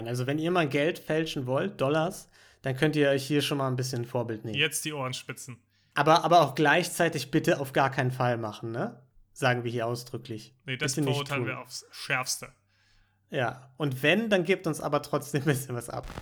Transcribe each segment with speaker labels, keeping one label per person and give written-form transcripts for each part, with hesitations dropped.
Speaker 1: Also wenn ihr mal Geld fälschen wollt, Dollars, dann könnt ihr euch hier schon mal ein bisschen Vorbild nehmen.
Speaker 2: Jetzt die Ohren spitzen.
Speaker 1: Aber auch gleichzeitig bitte auf gar keinen Fall machen, ne? Sagen wir hier ausdrücklich.
Speaker 2: Nee, das
Speaker 1: bitte nicht
Speaker 2: verurteilen
Speaker 1: tun.
Speaker 2: wir aufs Schärfste.
Speaker 1: Ja, und wenn, dann gebt uns aber trotzdem ein bisschen was ab.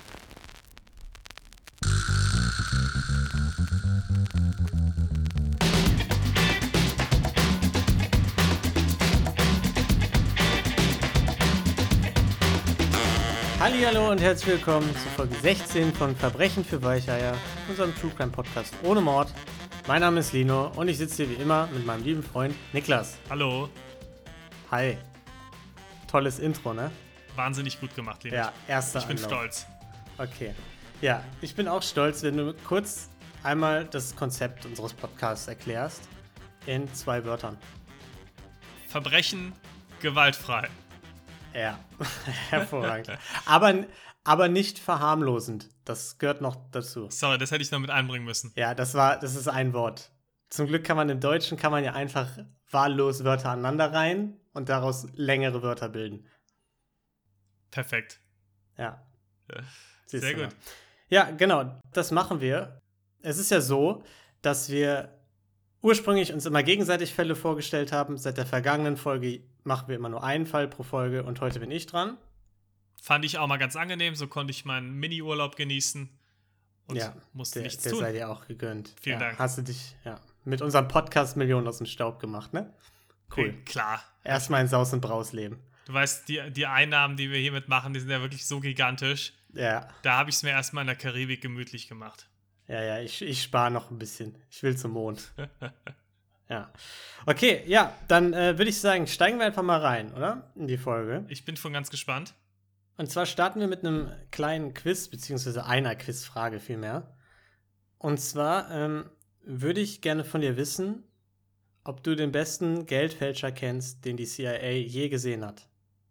Speaker 1: Hallihallo und herzlich willkommen zu Folge 16 von Verbrechen für Weicheier, unserem True Crime Podcast ohne Mord. Mein Name ist Lino und ich sitze hier wie immer mit meinem lieben Freund Niklas.
Speaker 2: Hallo.
Speaker 1: Hi. Tolles Intro, ne?
Speaker 2: Wahnsinnig gut gemacht, Lino.
Speaker 1: Ja, erster
Speaker 2: Ich bin
Speaker 1: Anlauf.
Speaker 2: stolz.
Speaker 1: Okay. Ja, ich bin auch stolz, wenn du kurz einmal das Konzept unseres Podcasts erklärst. In 2 Wörtern.
Speaker 2: Verbrechen gewaltfrei.
Speaker 1: Ja, hervorragend. aber nicht verharmlosend. Das gehört noch dazu.
Speaker 2: Sorry, das hätte ich noch mit einbringen müssen.
Speaker 1: Ja, das ist ein Wort. Zum Glück kann man im Deutschen ja einfach wahllos Wörter aneinander reihen und daraus längere Wörter bilden.
Speaker 2: Perfekt.
Speaker 1: Ja.
Speaker 2: Sehr
Speaker 1: Siehst du
Speaker 2: gut.
Speaker 1: mal. Ja, genau, das machen wir. Es ist ja so, dass wir ursprünglich uns immer gegenseitig Fälle vorgestellt haben. Seit der vergangenen Folge machen wir immer nur einen Fall pro Folge und heute bin ich dran.
Speaker 2: Fand ich auch mal ganz angenehm. So konnte ich meinen Mini-Urlaub genießen und
Speaker 1: Ja,
Speaker 2: musste nichts
Speaker 1: der
Speaker 2: tun.
Speaker 1: sei dir auch gegönnt.
Speaker 2: Vielen Dank.
Speaker 1: Hast du dich mit unserem Podcast Millionen aus dem Staub gemacht, ne? Cool.
Speaker 2: Klar.
Speaker 1: Erstmal in Saus und Braus leben.
Speaker 2: Du weißt, die Einnahmen, die wir hiermit machen, die sind ja wirklich so gigantisch.
Speaker 1: Ja.
Speaker 2: Da habe ich es mir erstmal in der Karibik gemütlich gemacht.
Speaker 1: Ja, ich spare noch ein bisschen. Ich will zum Mond. Ja. Okay, ja, dann würde ich sagen, steigen wir einfach mal rein, oder? In die Folge.
Speaker 2: Ich bin schon ganz gespannt.
Speaker 1: Und zwar starten wir mit einem kleinen Quiz, beziehungsweise einer Quizfrage vielmehr. Und zwar würde ich gerne von dir wissen, ob du den besten Geldfälscher kennst, den die CIA je gesehen hat.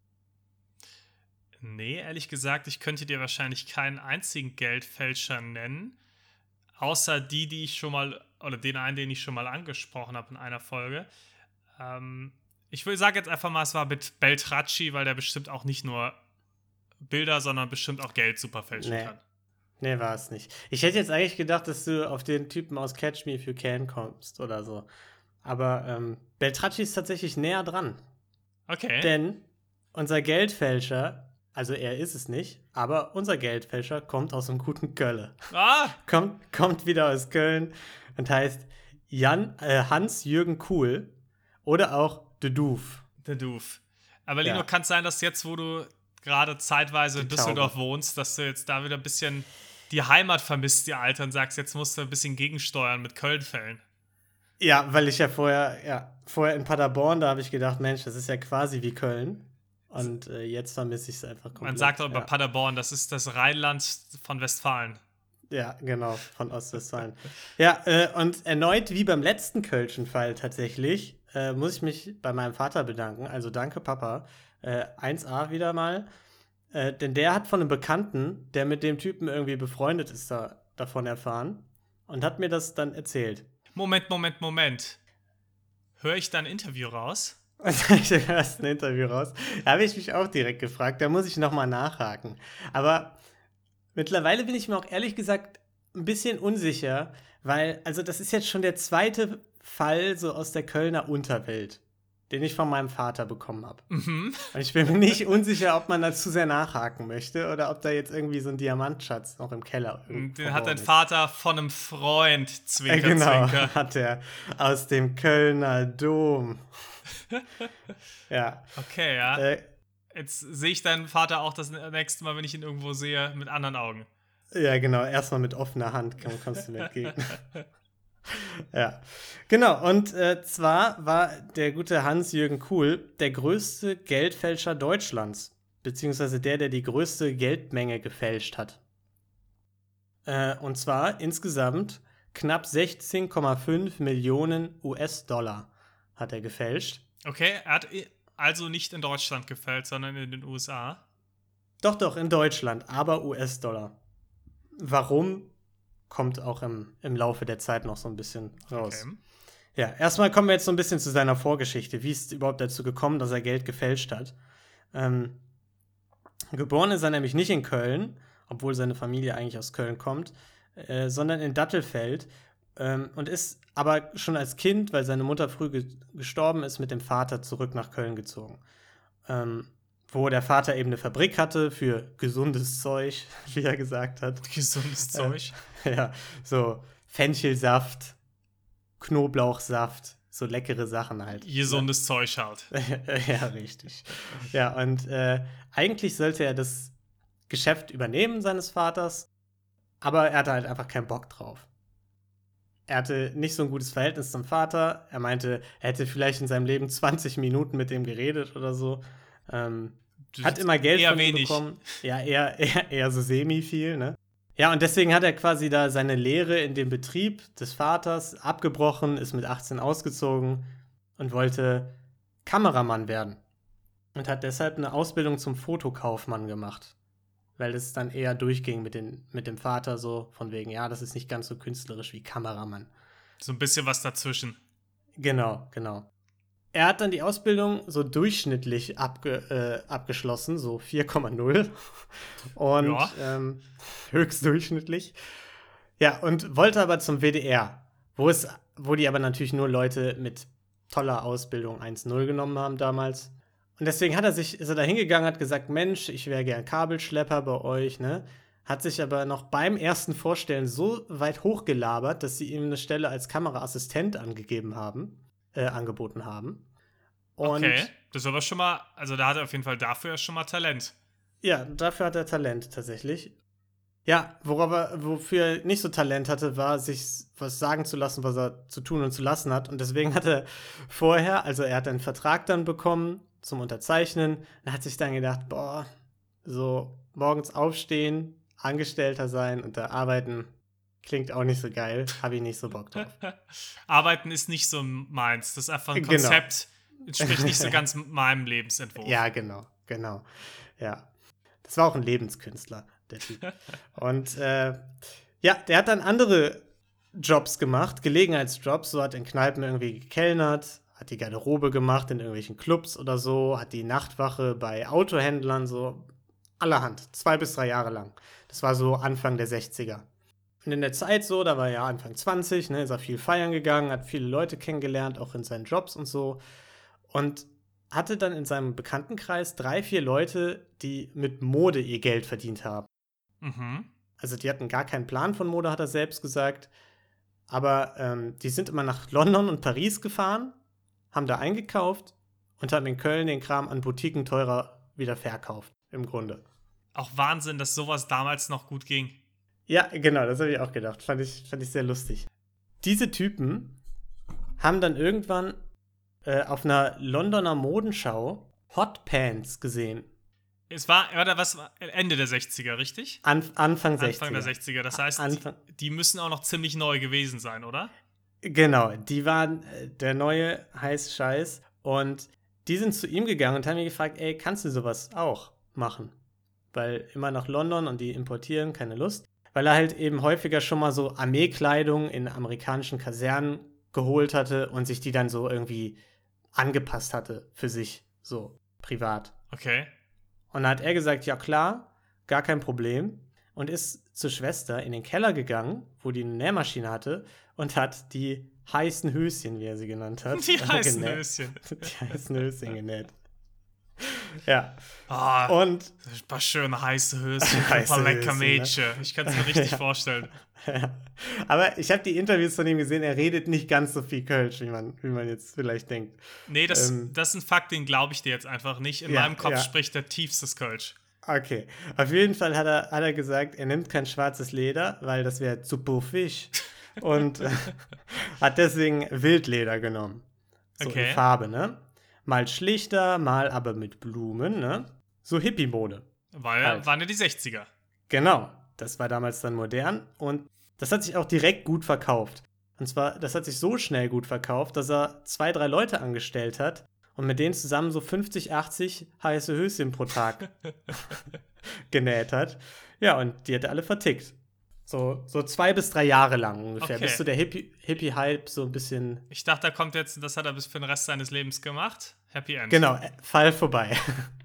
Speaker 2: Nee, ehrlich gesagt, ich könnte dir wahrscheinlich keinen einzigen Geldfälscher nennen, außer die ich schon mal, oder den einen, den ich schon mal angesprochen habe in einer Folge. Ich sage jetzt einfach mal, es war mit Beltracci, weil der bestimmt auch nicht nur Bilder, sondern bestimmt auch Geld super fälschen kann.
Speaker 1: Nee, war es nicht. Ich hätte jetzt eigentlich gedacht, dass du auf den Typen aus Catch Me If You Can kommst oder so. Aber Beltracci ist tatsächlich näher dran.
Speaker 2: Okay.
Speaker 1: Denn unser Geldfälscher, also er ist es nicht, aber unser Geldfälscher kommt aus einem guten Kölle.
Speaker 2: Ah!
Speaker 1: Kommt wieder aus Köln und heißt Hans-Jürgen Kuhl oder auch The Doof.
Speaker 2: Der Doof. Aber Lino,
Speaker 1: Ja.
Speaker 2: kann es sein, dass jetzt, wo du gerade zeitweise in
Speaker 1: Die
Speaker 2: Düsseldorf
Speaker 1: Taube.
Speaker 2: wohnst, dass du jetzt da wieder ein bisschen die Heimat vermisst, die Alter, und sagst, jetzt musst du ein bisschen gegensteuern mit Köln-Fällen?
Speaker 1: Ja, weil ich ja vorher in Paderborn, da habe ich gedacht, Mensch, das ist ja quasi wie Köln. Und jetzt vermisse ich es einfach komplett.
Speaker 2: Man sagt auch über Paderborn, das ist das Rheinland von Westfalen.
Speaker 1: Ja, genau, von Ostwestfalen. Ja, und erneut, wie beim letzten Kölschen Fall tatsächlich, muss ich mich bei meinem Vater bedanken. Also danke, Papa. 1A wieder mal. Denn der hat von einem Bekannten, der mit dem Typen irgendwie befreundet ist, davon erfahren und hat mir das dann erzählt.
Speaker 2: Moment. Höre ich da ein Interview raus?
Speaker 1: Und ich hörst ein Interview raus. Da habe ich mich auch direkt gefragt. Da muss ich nochmal nachhaken. Aber mittlerweile bin ich mir auch ehrlich gesagt ein bisschen unsicher, weil, also das ist jetzt schon der zweite Fall so aus der Kölner Unterwelt, den ich von meinem Vater bekommen habe.
Speaker 2: Mhm.
Speaker 1: Und ich bin mir nicht unsicher, ob man da zu sehr nachhaken möchte oder ob da jetzt irgendwie so ein Diamantschatz noch im Keller irgendwo
Speaker 2: Den hat dein
Speaker 1: ist.
Speaker 2: Vater von einem Freund, Zwinker,
Speaker 1: Genau,
Speaker 2: Zwinker.
Speaker 1: hat er aus dem Kölner Dom. Ja.
Speaker 2: Okay, ja.
Speaker 1: Äh,
Speaker 2: Jetzt sehe ich deinen Vater auch das nächste Mal, wenn ich ihn irgendwo sehe, mit anderen Augen.
Speaker 1: Ja, genau. Erstmal mit offener Hand kommst du mir entgegen. Ja, genau. Und zwar war der gute Hans-Jürgen Kuhl der größte Geldfälscher Deutschlands. Beziehungsweise der die größte Geldmenge gefälscht hat. Und zwar insgesamt knapp 16,5 Millionen US-Dollar hat er gefälscht.
Speaker 2: Okay, er hat also nicht in Deutschland gefällt, sondern in den USA.
Speaker 1: Doch, in Deutschland, aber US-Dollar. Warum, kommt auch im Laufe der Zeit noch so ein bisschen raus.
Speaker 2: Okay.
Speaker 1: Ja, erstmal kommen wir jetzt so ein bisschen zu seiner Vorgeschichte. Wie ist es überhaupt dazu gekommen, dass er Geld gefälscht hat? Geboren ist er nämlich nicht in Köln, obwohl seine Familie eigentlich aus Köln kommt, sondern in Dattelfeld und ist aber schon als Kind, weil seine Mutter früh gestorben ist, mit dem Vater zurück nach Köln gezogen. Wo der Vater eben eine Fabrik hatte für gesundes Zeug, wie er gesagt hat.
Speaker 2: Gesundes Zeug?
Speaker 1: Ja, so Fenchelsaft, Knoblauchsaft, so leckere Sachen halt.
Speaker 2: Gesundes Zeug halt.
Speaker 1: Ja, richtig. Ja, und eigentlich sollte er das Geschäft übernehmen seines Vaters, aber er hatte halt einfach keinen Bock drauf. Er hatte nicht so ein gutes Verhältnis zum Vater. Er meinte, er hätte vielleicht in seinem Leben 20 Minuten mit ihm geredet oder so. Hat immer Geld von ihm bekommen. Ja, eher so semi-viel, ne? Ja, und deswegen hat er quasi da seine Lehre in dem Betrieb des Vaters abgebrochen, ist mit 18 ausgezogen und wollte Kameramann werden. Und hat deshalb eine Ausbildung zum Fotokaufmann gemacht. Weil es dann eher durchging mit dem Vater so, von wegen, ja, das ist nicht ganz so künstlerisch wie Kameramann.
Speaker 2: So ein bisschen was dazwischen.
Speaker 1: Genau. Er hat dann die Ausbildung so durchschnittlich abgeschlossen, so 4,0 und ja. Höchst durchschnittlich. Ja, und wollte aber zum WDR, wo die aber natürlich nur Leute mit toller Ausbildung 1,0 genommen haben damals. Und deswegen ist er da hingegangen, hat gesagt, Mensch, ich wäre gern Kabelschlepper bei euch, ne? Hat sich aber noch beim ersten Vorstellen so weit hochgelabert, dass sie ihm eine Stelle als Kameraassistent angeboten haben. Und
Speaker 2: okay, das ist aber schon mal, also da hat er auf jeden Fall dafür schon mal Talent.
Speaker 1: Ja, dafür hat er Talent tatsächlich. Ja, wofür er nicht so Talent hatte, war, sich was sagen zu lassen, was er zu tun und zu lassen hat. Und deswegen hat er vorher, also er hat einen Vertrag dann bekommen zum Unterzeichnen, und hat sich dann gedacht, boah, so morgens aufstehen, Angestellter sein und da arbeiten, klingt auch nicht so geil, habe ich nicht so Bock drauf.
Speaker 2: Arbeiten ist nicht so meins, das ist einfach ein Konzept, entspricht nicht so ganz meinem Lebensentwurf.
Speaker 1: Ja, genau, ja. Das war auch ein Lebenskünstler, der Typ. Und der hat dann andere Jobs gemacht, Gelegenheitsjobs, so hat in Kneipen irgendwie gekellnert, hat die Garderobe gemacht in irgendwelchen Clubs oder so, hat die Nachtwache bei Autohändlern, so allerhand, 2 bis 3 Jahre lang. Das war so Anfang der 60er. Und in der Zeit so, da war er Anfang 20, ne, ist er viel feiern gegangen, hat viele Leute kennengelernt, auch in seinen Jobs und so. Und hatte dann in seinem Bekanntenkreis 3, 4 Leute, die mit Mode ihr Geld verdient haben.
Speaker 2: Mhm.
Speaker 1: Also die hatten gar keinen Plan von Mode, hat er selbst gesagt. Aber die sind immer nach London und Paris gefahren, haben da eingekauft und haben in Köln den Kram an Boutiquen teurer wieder verkauft, im Grunde.
Speaker 2: Auch Wahnsinn, dass sowas damals noch gut ging.
Speaker 1: Ja, genau, das habe ich auch gedacht. Fand ich sehr lustig. Diese Typen haben dann irgendwann auf einer Londoner Modenschau Hotpants gesehen.
Speaker 2: Was war Ende der 60er, richtig?
Speaker 1: Anfang 60er.
Speaker 2: Anfang der 60er, das heißt, die müssen auch noch ziemlich neu gewesen sein, oder?
Speaker 1: Genau, die waren der neue heiße Scheiß und die sind zu ihm gegangen und haben ihn gefragt, ey, kannst du sowas auch machen? Weil immer nach London und die importieren, keine Lust. Weil er halt eben häufiger schon mal so Armeekleidung in amerikanischen Kasernen geholt hatte und sich die dann so irgendwie angepasst hatte für sich, so privat.
Speaker 2: Okay.
Speaker 1: Und dann hat er gesagt, ja klar, gar kein Problem. Und ist zur Schwester in den Keller gegangen, wo die eine Nähmaschine hatte und hat die heißen Höschen, wie er sie genannt hat,
Speaker 2: Die heißen Höschen.
Speaker 1: Die heißen Höschen genäht. Ja.
Speaker 2: Und ein paar schöne heiße Höschen, ein paar lecker Mädchen. Ne? Ich kann es mir richtig vorstellen.
Speaker 1: Ja. Aber ich habe die Interviews von ihm gesehen, er redet nicht ganz so viel Kölsch, wie man jetzt vielleicht denkt.
Speaker 2: Nee, das ist ein Fakt, den glaube ich dir jetzt einfach nicht. In meinem Kopf spricht der tiefstes Kölsch.
Speaker 1: Okay. Auf jeden Fall hat er gesagt, er nimmt kein schwarzes Leder, weil das wäre zu puffig. Und hat deswegen Wildleder genommen. So in Farbe, ne? Mal schlichter, mal aber mit Blumen, ne? So Hippie-Mode.
Speaker 2: Waren ja die 60er.
Speaker 1: Genau. Das war damals dann modern und das hat sich auch direkt gut verkauft. Und zwar, das hat sich so schnell gut verkauft, dass er 2, 3 Leute angestellt hat und mit denen zusammen so 50, 80 heiße Höschen pro Tag genäht hat. Ja, und die hat er alle vertickt. So 2 bis 3 Jahre lang ungefähr, bis so der Hippie-Hype so ein bisschen...
Speaker 2: Ich dachte, da kommt jetzt, das hat er bis für den Rest seines Lebens gemacht. Happy End.
Speaker 1: Genau, Fall vorbei.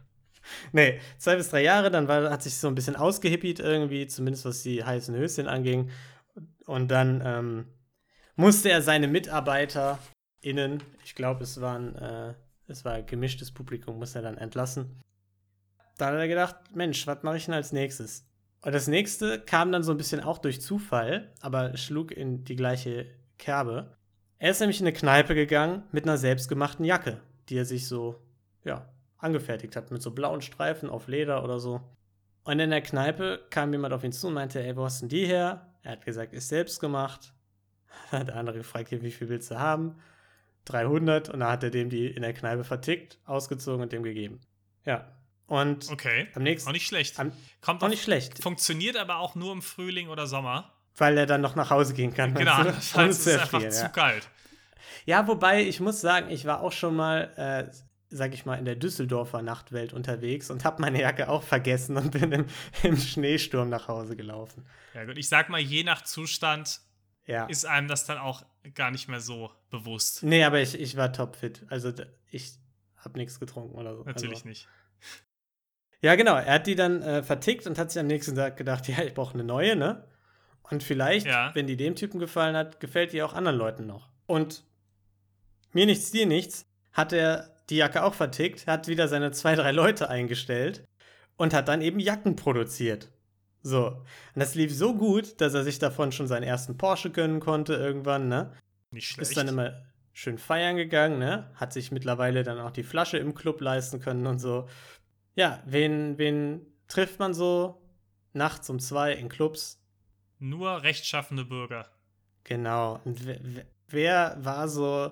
Speaker 1: Nee, 2 bis 3 Jahre, dann hat sich so ein bisschen ausgehippied irgendwie, zumindest was die heißen Höschen anging. Und dann musste er seine MitarbeiterInnen, ich glaube, es war ein gemischtes Publikum, musste er dann entlassen. Da hat er gedacht, Mensch, was mache ich denn als nächstes? Und das nächste kam dann so ein bisschen auch durch Zufall, aber schlug in die gleiche Kerbe. Er ist nämlich in eine Kneipe gegangen mit einer selbstgemachten Jacke, die er sich so, ja, angefertigt hat, mit so blauen Streifen auf Leder oder so. Und in der Kneipe kam jemand auf ihn zu und meinte, ey, wo hast denn die her? Er hat gesagt, ist selbst gemacht. Dann hat der andere gefragt, wie viel willst du haben? 300. Und dann hat er dem die in der Kneipe vertickt, ausgezogen und dem gegeben. Ja. Und
Speaker 2: okay,
Speaker 1: am nächsten,
Speaker 2: auch nicht schlecht.
Speaker 1: Kommt auch nicht schlecht.
Speaker 2: Funktioniert aber auch nur im Frühling oder Sommer.
Speaker 1: Weil er dann noch nach Hause gehen kann.
Speaker 2: Genau, das heißt, es ist einfach zu kalt.
Speaker 1: Ja, wobei, ich muss sagen, ich war auch schon mal, sag ich mal, in der Düsseldorfer Nachtwelt unterwegs und habe meine Jacke auch vergessen und bin im Schneesturm nach Hause gelaufen.
Speaker 2: Ja gut, ich sag mal, je nach Zustand ist einem das dann auch gar nicht mehr so bewusst.
Speaker 1: Nee, aber ich war topfit. Also ich habe nichts getrunken oder so.
Speaker 2: Natürlich nicht.
Speaker 1: Ja, genau. Er hat die dann vertickt und hat sich am nächsten Tag gedacht, ja, ich brauche eine neue, ne? Und vielleicht, wenn die dem Typen gefallen hat, gefällt die auch anderen Leuten noch. Und mir nichts, dir nichts, hat er die Jacke auch vertickt, hat wieder seine 2, 3 Leute eingestellt und hat dann eben Jacken produziert. So. Und das lief so gut, dass er sich davon schon seinen ersten Porsche gönnen konnte irgendwann, ne?
Speaker 2: Nicht schlecht.
Speaker 1: Ist dann immer schön feiern gegangen, ne? Hat sich mittlerweile dann auch die Flasche im Club leisten können und so. Ja, wen trifft man so nachts um 2 in Clubs?
Speaker 2: Nur rechtschaffende Bürger.
Speaker 1: Genau. Und wer war so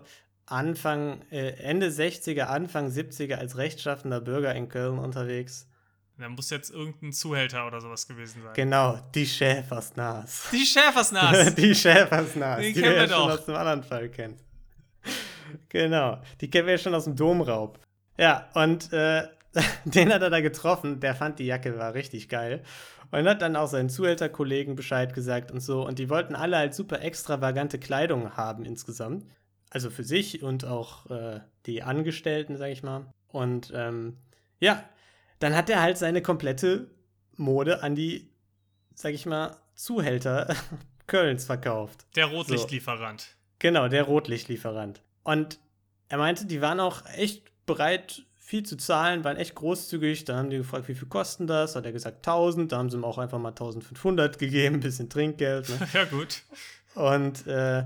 Speaker 1: Ende 60er, Anfang 70er als rechtschaffender Bürger in Köln unterwegs?
Speaker 2: Da muss jetzt irgendein Zuhälter oder sowas gewesen sein.
Speaker 1: Genau, die Schäfersnas.
Speaker 2: Die Schäfersnas!
Speaker 1: Die Schäfersnas,
Speaker 2: die
Speaker 1: wir ja schon aus dem anderen Fall kennen. Genau, die kennen wir ja schon aus dem Domraub. Ja, und den hat er da getroffen, der fand die Jacke war richtig geil. Und hat dann auch seinen Zuhälterkollegen Bescheid gesagt und so. Und die wollten alle halt super extravagante Kleidung haben insgesamt. Also für sich und auch die Angestellten, sag ich mal. Und ja, dann hat er halt seine komplette Mode an die, sag ich mal, Zuhälter Kölns verkauft.
Speaker 2: Der Rotlichtlieferant.
Speaker 1: So. Genau, der Rotlichtlieferant. Und er meinte, die waren auch echt bereit, viel zu zahlen, waren echt großzügig. Dann haben die gefragt, wie viel kosten das? Hat er gesagt 1000. Da haben sie ihm auch einfach mal 1500 gegeben, ein bisschen Trinkgeld. Ne?
Speaker 2: Ja, gut.
Speaker 1: Und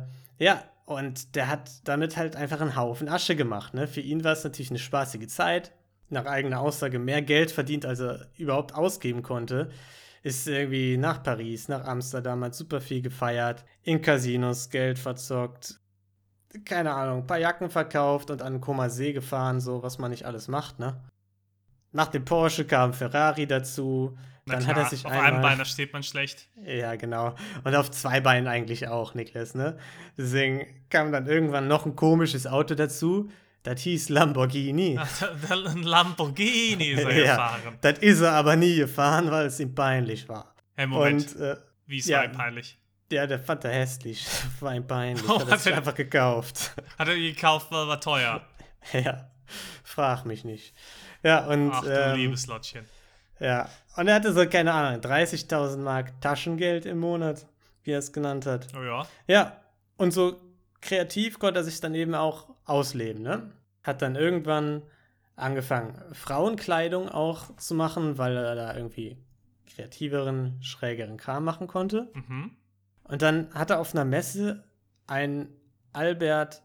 Speaker 1: und der hat damit halt einfach einen Haufen Asche gemacht. Ne? Für ihn war es natürlich eine spaßige Zeit. Nach eigener Aussage mehr Geld verdient, als er überhaupt ausgeben konnte. Ist irgendwie nach Paris, nach Amsterdam, hat super viel gefeiert. In Casinos Geld verzockt. Keine Ahnung, ein paar Jacken verkauft und an Koma See gefahren, so was man nicht alles macht, ne? Nach dem Porsche kam Ferrari dazu.
Speaker 2: Dann klar, hat er sich auf einem Bein, da steht man schlecht.
Speaker 1: Ja, genau. Und auf 2 Beinen eigentlich auch, Niklas, ne? Deswegen kam dann irgendwann noch ein komisches Auto dazu. Das hieß Lamborghini.
Speaker 2: Ein Lamborghini ist er gefahren.
Speaker 1: Das ist er aber nie gefahren, weil es ihm peinlich war.
Speaker 2: Hey, Moment. Und, wie ist es peinlich?
Speaker 1: Ja, der fand er hässlich. War ihm peinlich. Hat er sich einfach gekauft.
Speaker 2: Hat er gekauft, weil war teuer.
Speaker 1: Ja, frag mich nicht. Ja, und.
Speaker 2: Ach du liebes Lottchen.
Speaker 1: Ja, und er hatte so, keine Ahnung, 30.000 Mark Taschengeld im Monat, wie er es genannt hat.
Speaker 2: Oh ja.
Speaker 1: Ja, und so kreativ konnte er sich dann eben auch ausleben, ne? Hat dann irgendwann angefangen, Frauenkleidung auch zu machen, weil er da irgendwie kreativeren, schrägeren Kram machen konnte.
Speaker 2: Mhm.
Speaker 1: Und dann hat er auf einer Messe einen Albert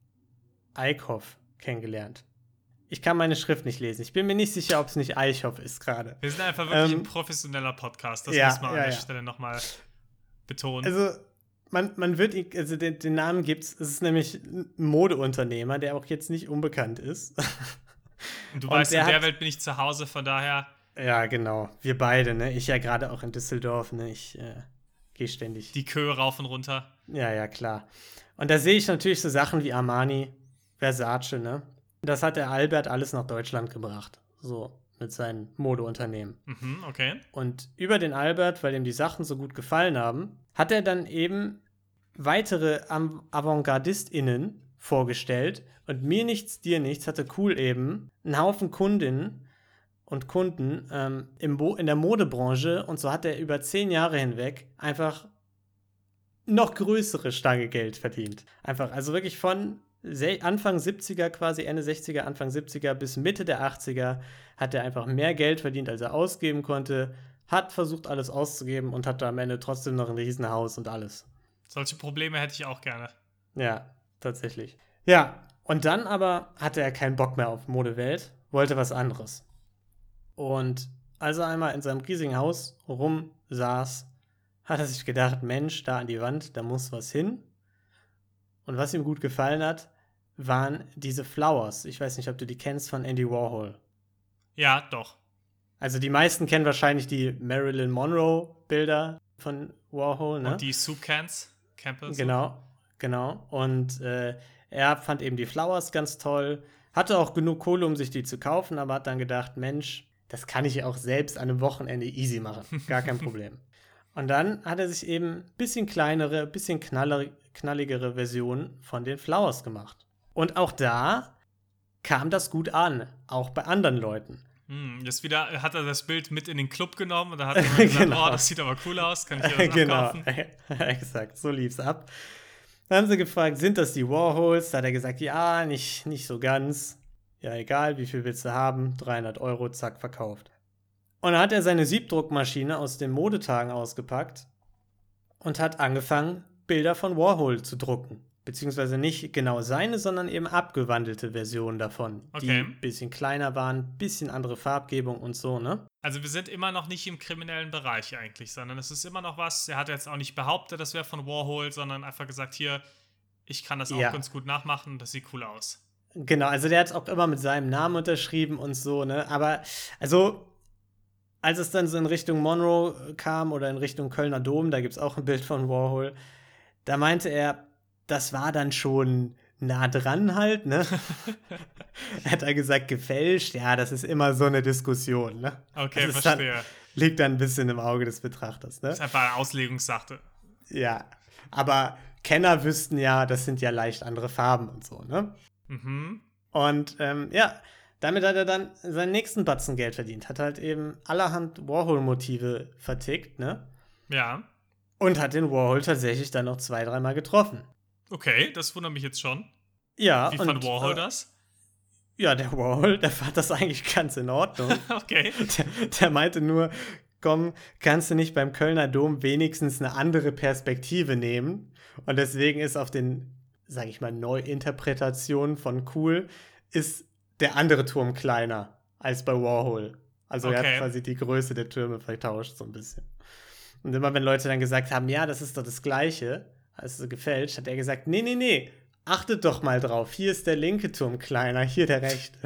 Speaker 1: Eickhoff kennengelernt. Ich kann meine Schrift nicht lesen. Ich bin mir nicht sicher, ob es nicht Eichhoff ist gerade.
Speaker 2: Wir sind einfach wirklich ein professioneller Podcast. Das muss man an der Stelle nochmal betonen.
Speaker 1: Also, man wird, also den Namen gibt's. Es ist nämlich ein Modeunternehmer, der auch jetzt nicht unbekannt ist.
Speaker 2: Und du weißt, in der Welt bin ich zu Hause, von daher.
Speaker 1: Ja, genau. Wir beide, ne? Ich ja gerade auch in Düsseldorf, ne? Ich gehe ständig.
Speaker 2: Die Köhe rauf und runter.
Speaker 1: Ja, klar. Und da sehe ich natürlich so Sachen wie Armani, Versace, ne? Das hat der Albert alles nach Deutschland gebracht. So, mit seinen Modeunternehmen.
Speaker 2: Mhm, okay.
Speaker 1: Und über den Albert, weil ihm die Sachen so gut gefallen haben, hat er dann eben weitere AvantgardistInnen vorgestellt. Und mir nichts, dir nichts hatte Cool eben einen Haufen Kundinnen und Kunden in der Modebranche, und so hat er über 10 Jahre hinweg einfach noch größere Stange Geld verdient. Einfach, also wirklich von Anfang 70er quasi, Ende 60er, Anfang 70er bis Mitte der 80er hat er einfach mehr Geld verdient, als er ausgeben konnte, hat versucht, alles auszugeben und hatte am Ende trotzdem noch ein Riesenhaus und alles.
Speaker 2: Solche Probleme hätte ich auch gerne.
Speaker 1: Ja, tatsächlich. Ja, und dann aber hatte er keinen Bock mehr auf Modewelt, wollte was anderes. Und als er einmal in seinem riesigen Haus rumsaß, hat er sich gedacht, Mensch, da an die Wand, da muss was hin. Und was ihm gut gefallen hat, waren diese Flowers. Ich weiß nicht, ob du die kennst von Andy Warhol.
Speaker 2: Ja, doch.
Speaker 1: Also die meisten kennen wahrscheinlich die Marilyn Monroe-Bilder von Warhol, ne?
Speaker 2: Und die Soup Campbell.
Speaker 1: Genau. Und er fand eben die Flowers ganz toll, hatte auch genug Kohle, um sich die zu kaufen, aber hat dann gedacht, Mensch, das kann ich auch selbst an einem Wochenende easy machen. Gar kein Problem. Und dann hat er sich eben ein bisschen kleinere, bisschen knalligere Versionen von den Flowers gemacht. Und auch da kam das gut an, auch bei anderen Leuten.
Speaker 2: Jetzt wieder hat er das Bild mit in den Club genommen und da hat er gesagt, genau. Oh, das sieht aber cool aus, kann ich dir das nachkaufen?
Speaker 1: Genau, exakt, so lief's ab. Dann haben sie gefragt, sind das die Warhols? Da hat er gesagt, ja, nicht so ganz. Ja, egal, wie viel willst du haben? 300 €, zack, verkauft. Und dann hat er seine Siebdruckmaschine aus den Modetagen ausgepackt und hat angefangen, Bilder von Warhol zu drucken. Beziehungsweise nicht genau seine, sondern eben abgewandelte Versionen davon, die ein bisschen kleiner waren, ein bisschen andere Farbgebung und so, ne?
Speaker 2: Also wir sind immer noch nicht im kriminellen Bereich eigentlich, sondern es ist immer noch was, er hat jetzt auch nicht behauptet, das wäre von Warhol, sondern einfach gesagt, hier, ich kann das auch ganz gut nachmachen, das sieht cool aus.
Speaker 1: Genau, also der hat es auch immer mit seinem Namen unterschrieben und so, ne? Aber, also, als es dann so in Richtung Monroe kam oder in Richtung Kölner Dom, da gibt es auch ein Bild von Warhol, da meinte er, das war dann schon nah dran halt, ne? Er hat da gesagt, gefälscht, ja, das ist immer so eine Diskussion, ne?
Speaker 2: Okay, verstehe.
Speaker 1: Liegt dann ein bisschen im Auge des Betrachters, ne?
Speaker 2: Das ist einfach eine Auslegungssache.
Speaker 1: Ja, aber Kenner wüssten ja, das sind ja leicht andere Farben und so, ne?
Speaker 2: Mhm.
Speaker 1: Und ja, damit hat er dann seinen nächsten Batzen Geld verdient. Hat halt eben allerhand Warhol-Motive vertickt, ne?
Speaker 2: Ja.
Speaker 1: Und hat den Warhol tatsächlich dann noch 2-3 Mal getroffen.
Speaker 2: Okay, das wundert mich jetzt schon.
Speaker 1: Ja.
Speaker 2: Wie fand Warhol das?
Speaker 1: Ja, der Warhol, der fand das eigentlich ganz in Ordnung.
Speaker 2: Okay.
Speaker 1: Der meinte nur, komm, kannst du nicht beim Kölner Dom wenigstens eine andere Perspektive nehmen? Und deswegen ist auf den, sag ich mal, Neuinterpretationen von Cool, ist der andere Turm kleiner als bei Warhol. Also er hat quasi die Größe der Türme vertauscht so ein bisschen. Und immer wenn Leute dann gesagt haben, ja, das ist doch das Gleiche, also gefälscht, hat er gesagt, nee, achtet doch mal drauf. Hier ist der linke Turm kleiner, hier der rechte.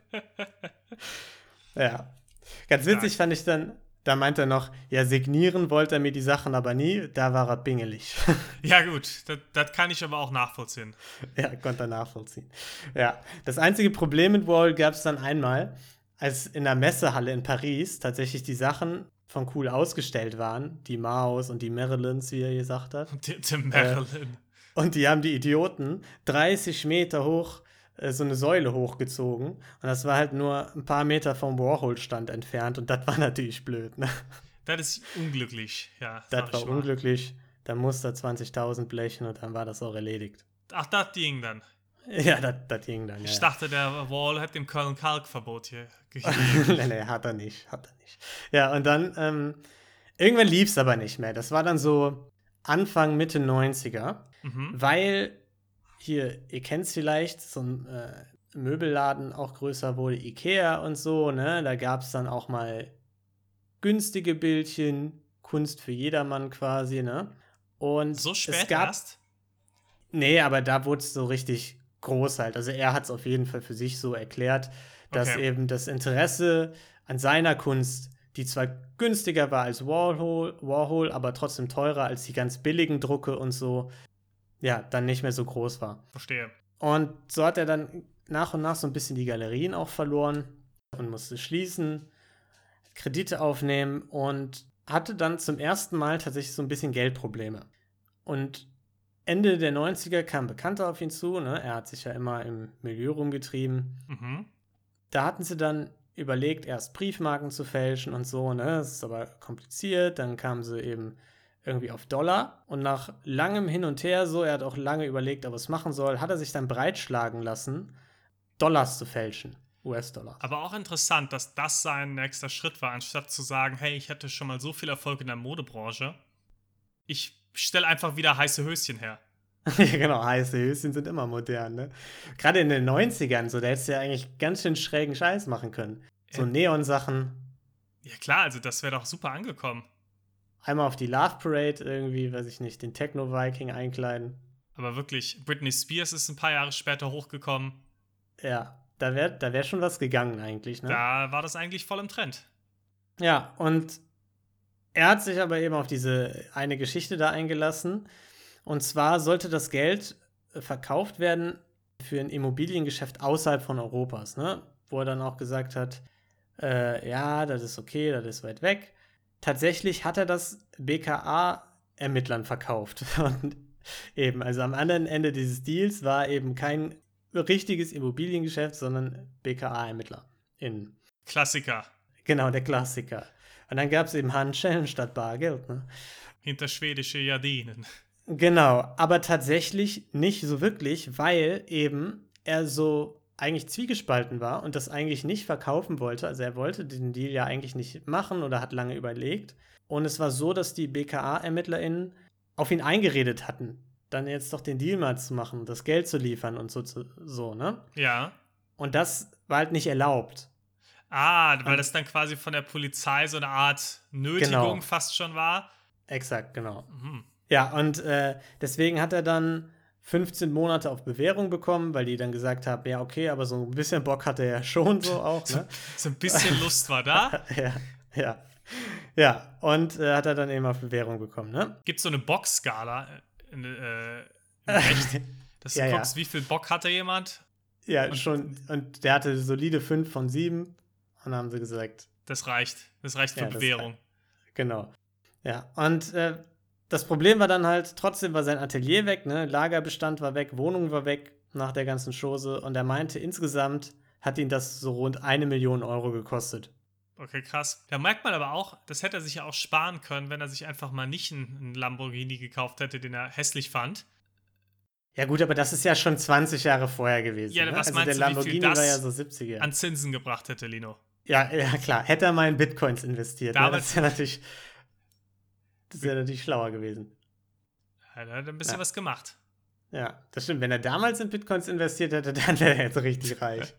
Speaker 1: Ja. Ganz witzig fand ich dann, da meint er noch, ja, signieren wollte er mir die Sachen aber nie, da war er pingelig.
Speaker 2: Ja gut, das kann ich aber auch nachvollziehen.
Speaker 1: Ja, konnte er nachvollziehen. Ja, das einzige Problem mit Warhol gab es dann einmal, als in der Messehalle in Paris tatsächlich die Sachen von Cool ausgestellt waren, die Maus und die Marilyns, wie er gesagt hat.
Speaker 2: Die Marilyn.
Speaker 1: Und die haben die Idioten 30 Meter hoch so eine Säule hochgezogen. Und das war halt nur ein paar Meter vom Warhol-Stand entfernt. Und das war natürlich blöd, ne?
Speaker 2: Das ist unglücklich, ja.
Speaker 1: Das war unglücklich. Da musste er 20.000 blechen und dann war das auch erledigt.
Speaker 2: Ach, das ging dann.
Speaker 1: Ja, das ging dann, ja.
Speaker 2: Ich dachte, der Wall hat dem Köln-Kalk-Verbot hier gegeben.
Speaker 1: Nee, hat er nicht. Ja, und dann, irgendwann lief es aber nicht mehr. Das war dann so Anfang, Mitte 90er. Weil hier, ihr kennt es vielleicht, so ein Möbelladen auch größer wurde, Ikea und so, ne? Da gab es dann auch mal günstige Bildchen, Kunst für jedermann quasi, ne? Und
Speaker 2: so spät erst?
Speaker 1: Nee, aber da wurde es so richtig groß halt. Also er hat es auf jeden Fall für sich so erklärt, dass eben das Interesse an seiner Kunst, die zwar günstiger war als Warhol, aber trotzdem teurer als die ganz billigen Drucke und so, ja, dann nicht mehr so groß war.
Speaker 2: Verstehe.
Speaker 1: Und so hat er dann nach und nach so ein bisschen die Galerien auch verloren und musste schließen, Kredite aufnehmen und hatte dann zum ersten Mal tatsächlich so ein bisschen Geldprobleme. Und Ende der 90er kam ein Bekannter auf ihn zu, ne? Er hat sich ja immer im Milieu rumgetrieben. Da hatten sie dann überlegt, erst Briefmarken zu fälschen und so, ne? Das ist aber kompliziert. Dann kamen sie eben irgendwie auf Dollar. Und nach langem Hin und Her, so, er hat auch lange überlegt, ob er es machen soll, hat er sich dann breitschlagen lassen, Dollars zu fälschen. US-Dollar.
Speaker 2: Aber auch interessant, dass das sein nächster Schritt war, anstatt zu sagen, hey, ich hatte schon mal so viel Erfolg in der Modebranche. Ich stelle einfach wieder heiße Höschen her.
Speaker 1: Ja, genau, heiße Höschen sind immer modern, ne? Gerade in den 90ern, so, da hättest du ja eigentlich ganz schön schrägen Scheiß machen können. So Neon-Sachen.
Speaker 2: Ja klar, also das wäre doch super angekommen.
Speaker 1: Einmal auf die Love Parade irgendwie, weiß ich nicht, den Techno-Viking einkleiden.
Speaker 2: Aber wirklich, Britney Spears ist ein paar Jahre später hochgekommen.
Speaker 1: Ja, da wär schon was gegangen eigentlich, ne?
Speaker 2: Da war das eigentlich voll im Trend.
Speaker 1: Ja, und er hat sich aber eben auf diese eine Geschichte da eingelassen. Und zwar sollte das Geld verkauft werden für ein Immobiliengeschäft außerhalb von Europas, ne? Wo er dann auch gesagt hat, ja, das ist okay, das ist weit weg. Tatsächlich hat er das BKA-Ermittlern verkauft. Und eben, also am anderen Ende dieses Deals war eben kein richtiges Immobiliengeschäft, sondern BKA-Ermittler.
Speaker 2: Klassiker.
Speaker 1: Genau, der Klassiker. Und dann gab es eben Handschellen statt Bargeld, ne?
Speaker 2: Hinter schwedische Gardinen.
Speaker 1: Genau, aber tatsächlich nicht so wirklich, weil eben er so eigentlich zwiegespalten war und das eigentlich nicht verkaufen wollte. Also er wollte den Deal ja eigentlich nicht machen oder hat lange überlegt. Und es war so, dass die BKA-ErmittlerInnen auf ihn eingeredet hatten, dann jetzt doch den Deal mal zu machen, das Geld zu liefern und so, ne?
Speaker 2: Ja.
Speaker 1: Und das war halt nicht erlaubt.
Speaker 2: Weil das dann quasi von der Polizei so eine Art Nötigung fast schon war.
Speaker 1: Exakt, genau.
Speaker 2: Mhm.
Speaker 1: Ja, und deswegen hat er dann 15 Monate auf Bewährung bekommen, weil die dann gesagt haben, ja, okay, aber so ein bisschen Bock hatte er ja schon so auch, ne?
Speaker 2: So ein bisschen Lust war da.
Speaker 1: Ja. Ja, und hat er dann eben auf Bewährung bekommen, ne?
Speaker 2: Gibt es so eine Bockskala im Recht, dass du guckst, wie viel Bock hatte jemand?
Speaker 1: Ja, schon. Und der hatte solide 5 von 7. Und dann haben sie gesagt,
Speaker 2: das reicht. Das reicht für Bewährung.
Speaker 1: Genau. Ja, und das Problem war dann halt, trotzdem war sein Atelier weg, ne? Lagerbestand war weg, Wohnung war weg nach der ganzen Chose. Und er meinte, insgesamt hat ihn das so rund 1 Million Euro gekostet.
Speaker 2: Okay, krass. Da merkt man aber auch, das hätte er sich ja auch sparen können, wenn er sich einfach mal nicht einen Lamborghini gekauft hätte, den er hässlich fand.
Speaker 1: Ja gut, aber das ist ja schon 20 Jahre vorher gewesen.
Speaker 2: Ja,
Speaker 1: ne?
Speaker 2: was
Speaker 1: Also
Speaker 2: meinst
Speaker 1: der
Speaker 2: du,
Speaker 1: Lamborghini
Speaker 2: wie viel das
Speaker 1: war ja so 70er.
Speaker 2: an Zinsen gebracht hätte, Lino?
Speaker 1: Ja, klar. Hätte er mal in Bitcoins investiert. Ne? Das wäre natürlich schlauer gewesen.
Speaker 2: Ja, da hat er ein bisschen was gemacht.
Speaker 1: Ja, das stimmt. Wenn er damals in Bitcoins investiert hätte, dann wäre er jetzt richtig reich.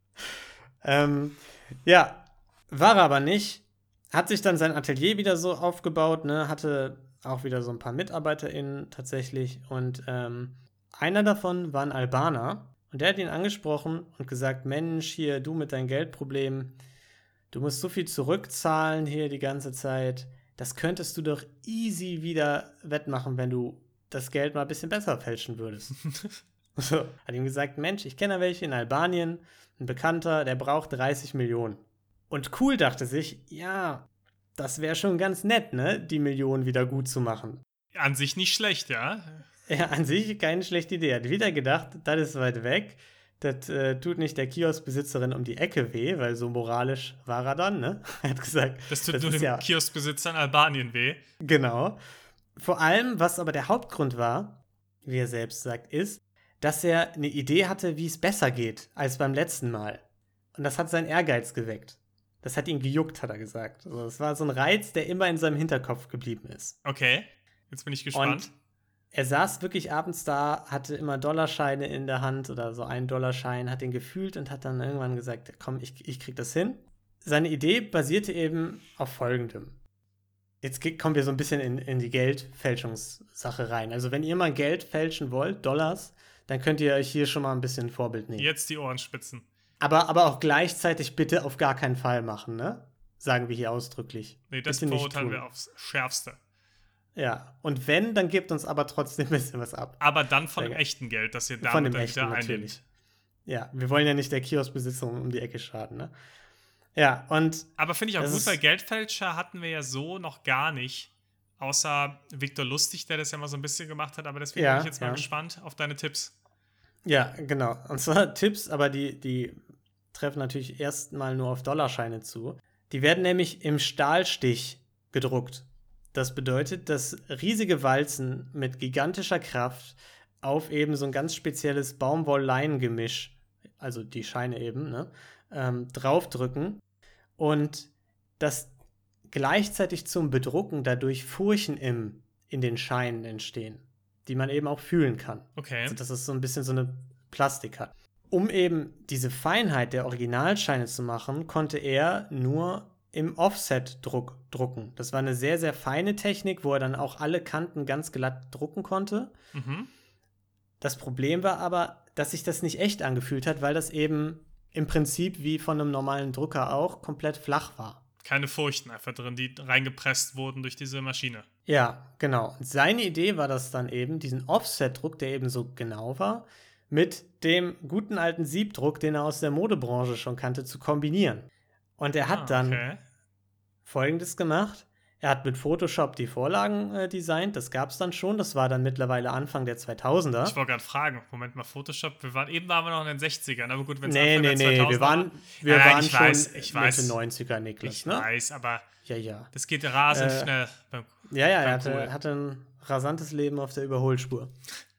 Speaker 1: Ja, war er aber nicht. Hat sich dann sein Atelier wieder so aufgebaut, ne? Hatte auch wieder so ein paar MitarbeiterInnen tatsächlich. Und einer davon war ein Albaner. Und der hat ihn angesprochen und gesagt, Mensch, hier, du mit deinem Geldproblem, du musst so viel zurückzahlen hier die ganze Zeit. Das könntest du doch easy wieder wettmachen, wenn du das Geld mal ein bisschen besser fälschen würdest. So, hat ihm gesagt, Mensch, ich kenne welche in Albanien, ein Bekannter, der braucht 30 Millionen. Und Cool dachte sich, ja, das wäre schon ganz nett, ne, die Millionen wieder gut zu machen.
Speaker 2: An sich nicht schlecht, ja.
Speaker 1: Ja, an sich keine schlechte Idee. Hat wieder gedacht, das ist weit weg. Das tut nicht der Kioskbesitzerin um die Ecke weh, weil so moralisch war er dann, ne? Er hat gesagt,
Speaker 2: das tut nur dem Kioskbesitzer in Albanien weh.
Speaker 1: Genau. Vor allem, was aber der Hauptgrund war, wie er selbst sagt, ist, dass er eine Idee hatte, wie es besser geht als beim letzten Mal. Und das hat seinen Ehrgeiz geweckt. Das hat ihn gejuckt, hat er gesagt. Also das war so ein Reiz, der immer in seinem Hinterkopf geblieben ist.
Speaker 2: Okay, jetzt bin ich gespannt.
Speaker 1: Und er saß wirklich abends da, hatte immer Dollarscheine in der Hand oder so einen Dollarschein, hat den gefühlt und hat dann irgendwann gesagt, komm, ich krieg das hin. Seine Idee basierte eben auf Folgendem. Jetzt kommen wir so ein bisschen in die Geldfälschungssache rein. Also wenn ihr mal Geld fälschen wollt, Dollars, dann könnt ihr euch hier schon mal ein bisschen Vorbild nehmen.
Speaker 2: Jetzt die Ohren spitzen.
Speaker 1: Aber auch gleichzeitig bitte auf gar keinen Fall machen, ne? Sagen wir hier ausdrücklich.
Speaker 2: Nee, das verurteilen wir aufs Schärfste.
Speaker 1: Ja, und wenn, dann gebt uns aber trotzdem ein bisschen was ab.
Speaker 2: Aber dann von dem echten Geld, das ihr damit
Speaker 1: von dem
Speaker 2: dann
Speaker 1: echten,
Speaker 2: wieder
Speaker 1: natürlich.
Speaker 2: einnimmt.
Speaker 1: Ja, wir wollen ja nicht der Kioskbesitzer um die Ecke schaden, ne? Ja, und
Speaker 2: aber finde ich auch gut, weil Geldfälscher hatten wir ja so noch gar nicht. Außer Viktor Lustig, der das ja mal so ein bisschen gemacht hat. Aber deswegen bin ich jetzt mal gespannt auf deine Tipps.
Speaker 1: Ja, genau. Und zwar Tipps, aber die treffen natürlich erstmal nur auf Dollarscheine zu. Die werden nämlich im Stahlstich gedruckt. Das bedeutet, dass riesige Walzen mit gigantischer Kraft auf eben so ein ganz spezielles Baumwoll-Leinen-Gemisch, also die Scheine eben, ne, draufdrücken und das gleichzeitig zum Bedrucken dadurch Furchen in den Scheinen entstehen, die man eben auch fühlen kann.
Speaker 2: Okay.
Speaker 1: Also dass es so ein bisschen so eine Plastik hat. Um eben diese Feinheit der Originalscheine zu machen, konnte er nur im Offset-Druck drucken. Das war eine sehr, sehr feine Technik, wo er dann auch alle Kanten ganz glatt drucken konnte.
Speaker 2: Mhm.
Speaker 1: Das Problem war aber, dass sich das nicht echt angefühlt hat, weil das eben im Prinzip wie von einem normalen Drucker auch komplett flach war.
Speaker 2: Keine Furchen einfach drin, die reingepresst wurden durch diese Maschine.
Speaker 1: Ja, genau. Und seine Idee war das dann eben, diesen Offset-Druck, der eben so genau war, mit dem guten alten Siebdruck, den er aus der Modebranche schon kannte, zu kombinieren. Und er hat dann Folgendes gemacht. Er hat mit Photoshop die Vorlagen designt, das gab es dann schon, das war dann mittlerweile Anfang der 2000er.
Speaker 2: Ich wollte gerade fragen, Moment mal, Photoshop, eben waren wir noch in den 60ern, aber gut, wenn es
Speaker 1: Nee,
Speaker 2: der 2000er
Speaker 1: wir waren
Speaker 2: ich
Speaker 1: schon
Speaker 2: weiß,
Speaker 1: Mitte 90er, Niklas,
Speaker 2: ich
Speaker 1: ne?
Speaker 2: weiß, aber
Speaker 1: Ja.
Speaker 2: das geht rasend schnell.
Speaker 1: Er hatte ein rasantes Leben auf der Überholspur.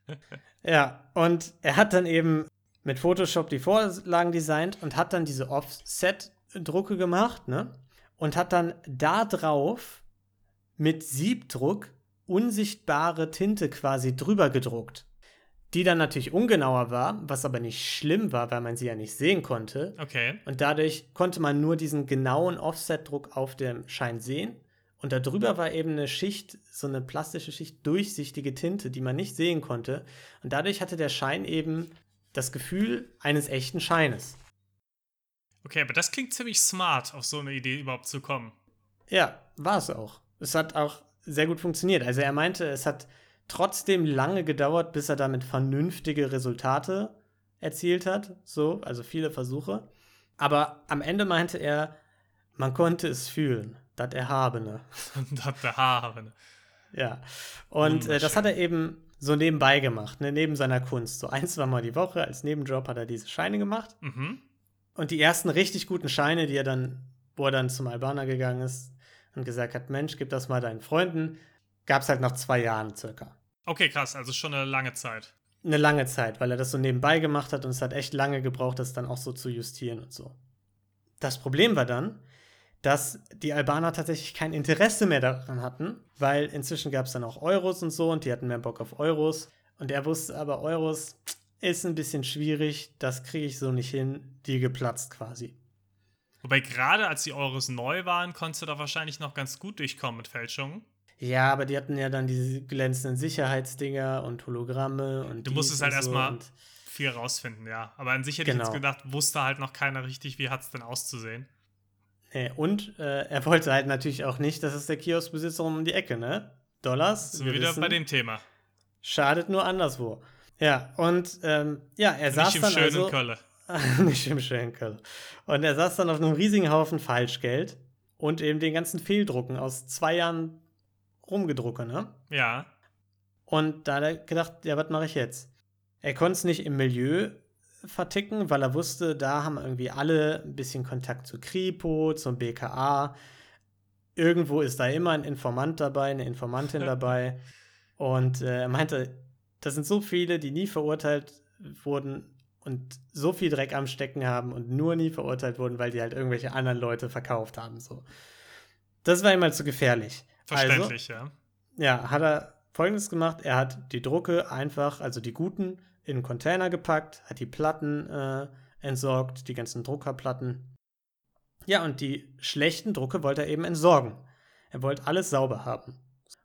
Speaker 1: Ja, und er hat dann eben mit Photoshop die Vorlagen designt und hat dann diese Offset-Drucke gemacht, ne? Und hat dann da drauf mit Siebdruck unsichtbare Tinte quasi drüber gedruckt. Die dann natürlich ungenauer war, was aber nicht schlimm war, weil man sie ja nicht sehen konnte.
Speaker 2: Okay.
Speaker 1: Und dadurch konnte man nur diesen genauen Offset-Druck auf dem Schein sehen. Und darüber war eben eine Schicht, so eine plastische Schicht, durchsichtige Tinte, die man nicht sehen konnte. Und dadurch hatte der Schein eben das Gefühl eines echten Scheines.
Speaker 2: Okay, aber das klingt ziemlich smart, auf so eine Idee überhaupt zu kommen.
Speaker 1: Ja, war es auch. Es hat auch sehr gut funktioniert. Also er meinte, es hat trotzdem lange gedauert, bis er damit vernünftige Resultate erzielt hat. So, also viele Versuche. Aber am Ende meinte er, man konnte es fühlen. Das Erhabene.
Speaker 2: Das Erhabene.
Speaker 1: Ja. Und das hat er eben so nebenbei gemacht, ne? Neben seiner Kunst. So 1, 2 Mal die Woche als Nebenjob hat er diese Scheine gemacht.
Speaker 2: Mhm.
Speaker 1: Und die ersten richtig guten Scheine, wo er dann zum Albaner gegangen ist und gesagt hat, Mensch, gib das mal deinen Freunden, gab es halt nach 2 Jahren circa.
Speaker 2: Okay, krass, also schon eine lange Zeit.
Speaker 1: Eine lange Zeit, weil er das so nebenbei gemacht hat und es hat echt lange gebraucht, das dann auch so zu justieren und so. Das Problem war dann, dass die Albaner tatsächlich kein Interesse mehr daran hatten, weil inzwischen gab es dann auch Euros und so und die hatten mehr Bock auf Euros. Und er wusste aber, Euros ist ein bisschen schwierig, das kriege ich so nicht hin, die geplatzt quasi.
Speaker 2: Wobei gerade als die Euros neu waren, konntest du da wahrscheinlich noch ganz gut durchkommen mit Fälschungen.
Speaker 1: Ja, aber die hatten ja dann diese glänzenden Sicherheitsdinger und Hologramme und
Speaker 2: du musstest halt
Speaker 1: so
Speaker 2: erstmal viel rausfinden, ja. Aber an sich hätte ich jetzt gedacht, wusste halt noch keiner richtig, wie hat es denn auszusehen.
Speaker 1: Nee, und er wollte halt natürlich auch nicht, dass es der Kioskbesitzer um die Ecke, ne? Dollars.
Speaker 2: So wieder bei dem Thema.
Speaker 1: Schadet nur anderswo. Ja, und er saß dann
Speaker 2: nicht im schönen Kölle.
Speaker 1: Nicht im schönen Kölle. Und er saß dann auf einem riesigen Haufen Falschgeld und eben den ganzen Fehldrucken aus 2 Jahren rumgedrucke, ne?
Speaker 2: Ja.
Speaker 1: Und da hat er gedacht, ja, was mache ich jetzt? Er konnte es nicht im Milieu verticken, weil er wusste, da haben irgendwie alle ein bisschen Kontakt zu Kripo, zum BKA. Irgendwo ist da immer ein Informant dabei, eine Informantin dabei. Und er meinte, das sind so viele, die nie verurteilt wurden und so viel Dreck am Stecken haben und nur nie verurteilt wurden, weil die halt irgendwelche anderen Leute verkauft haben. So. Das war ihm halt zu gefährlich.
Speaker 2: Verständlich,
Speaker 1: also, ja, hat er Folgendes gemacht. Er hat die Drucke einfach, also die guten, in einen Container gepackt, hat die Platten entsorgt, die ganzen Druckerplatten. Ja, und die schlechten Drucke wollte er eben entsorgen. Er wollte alles sauber haben.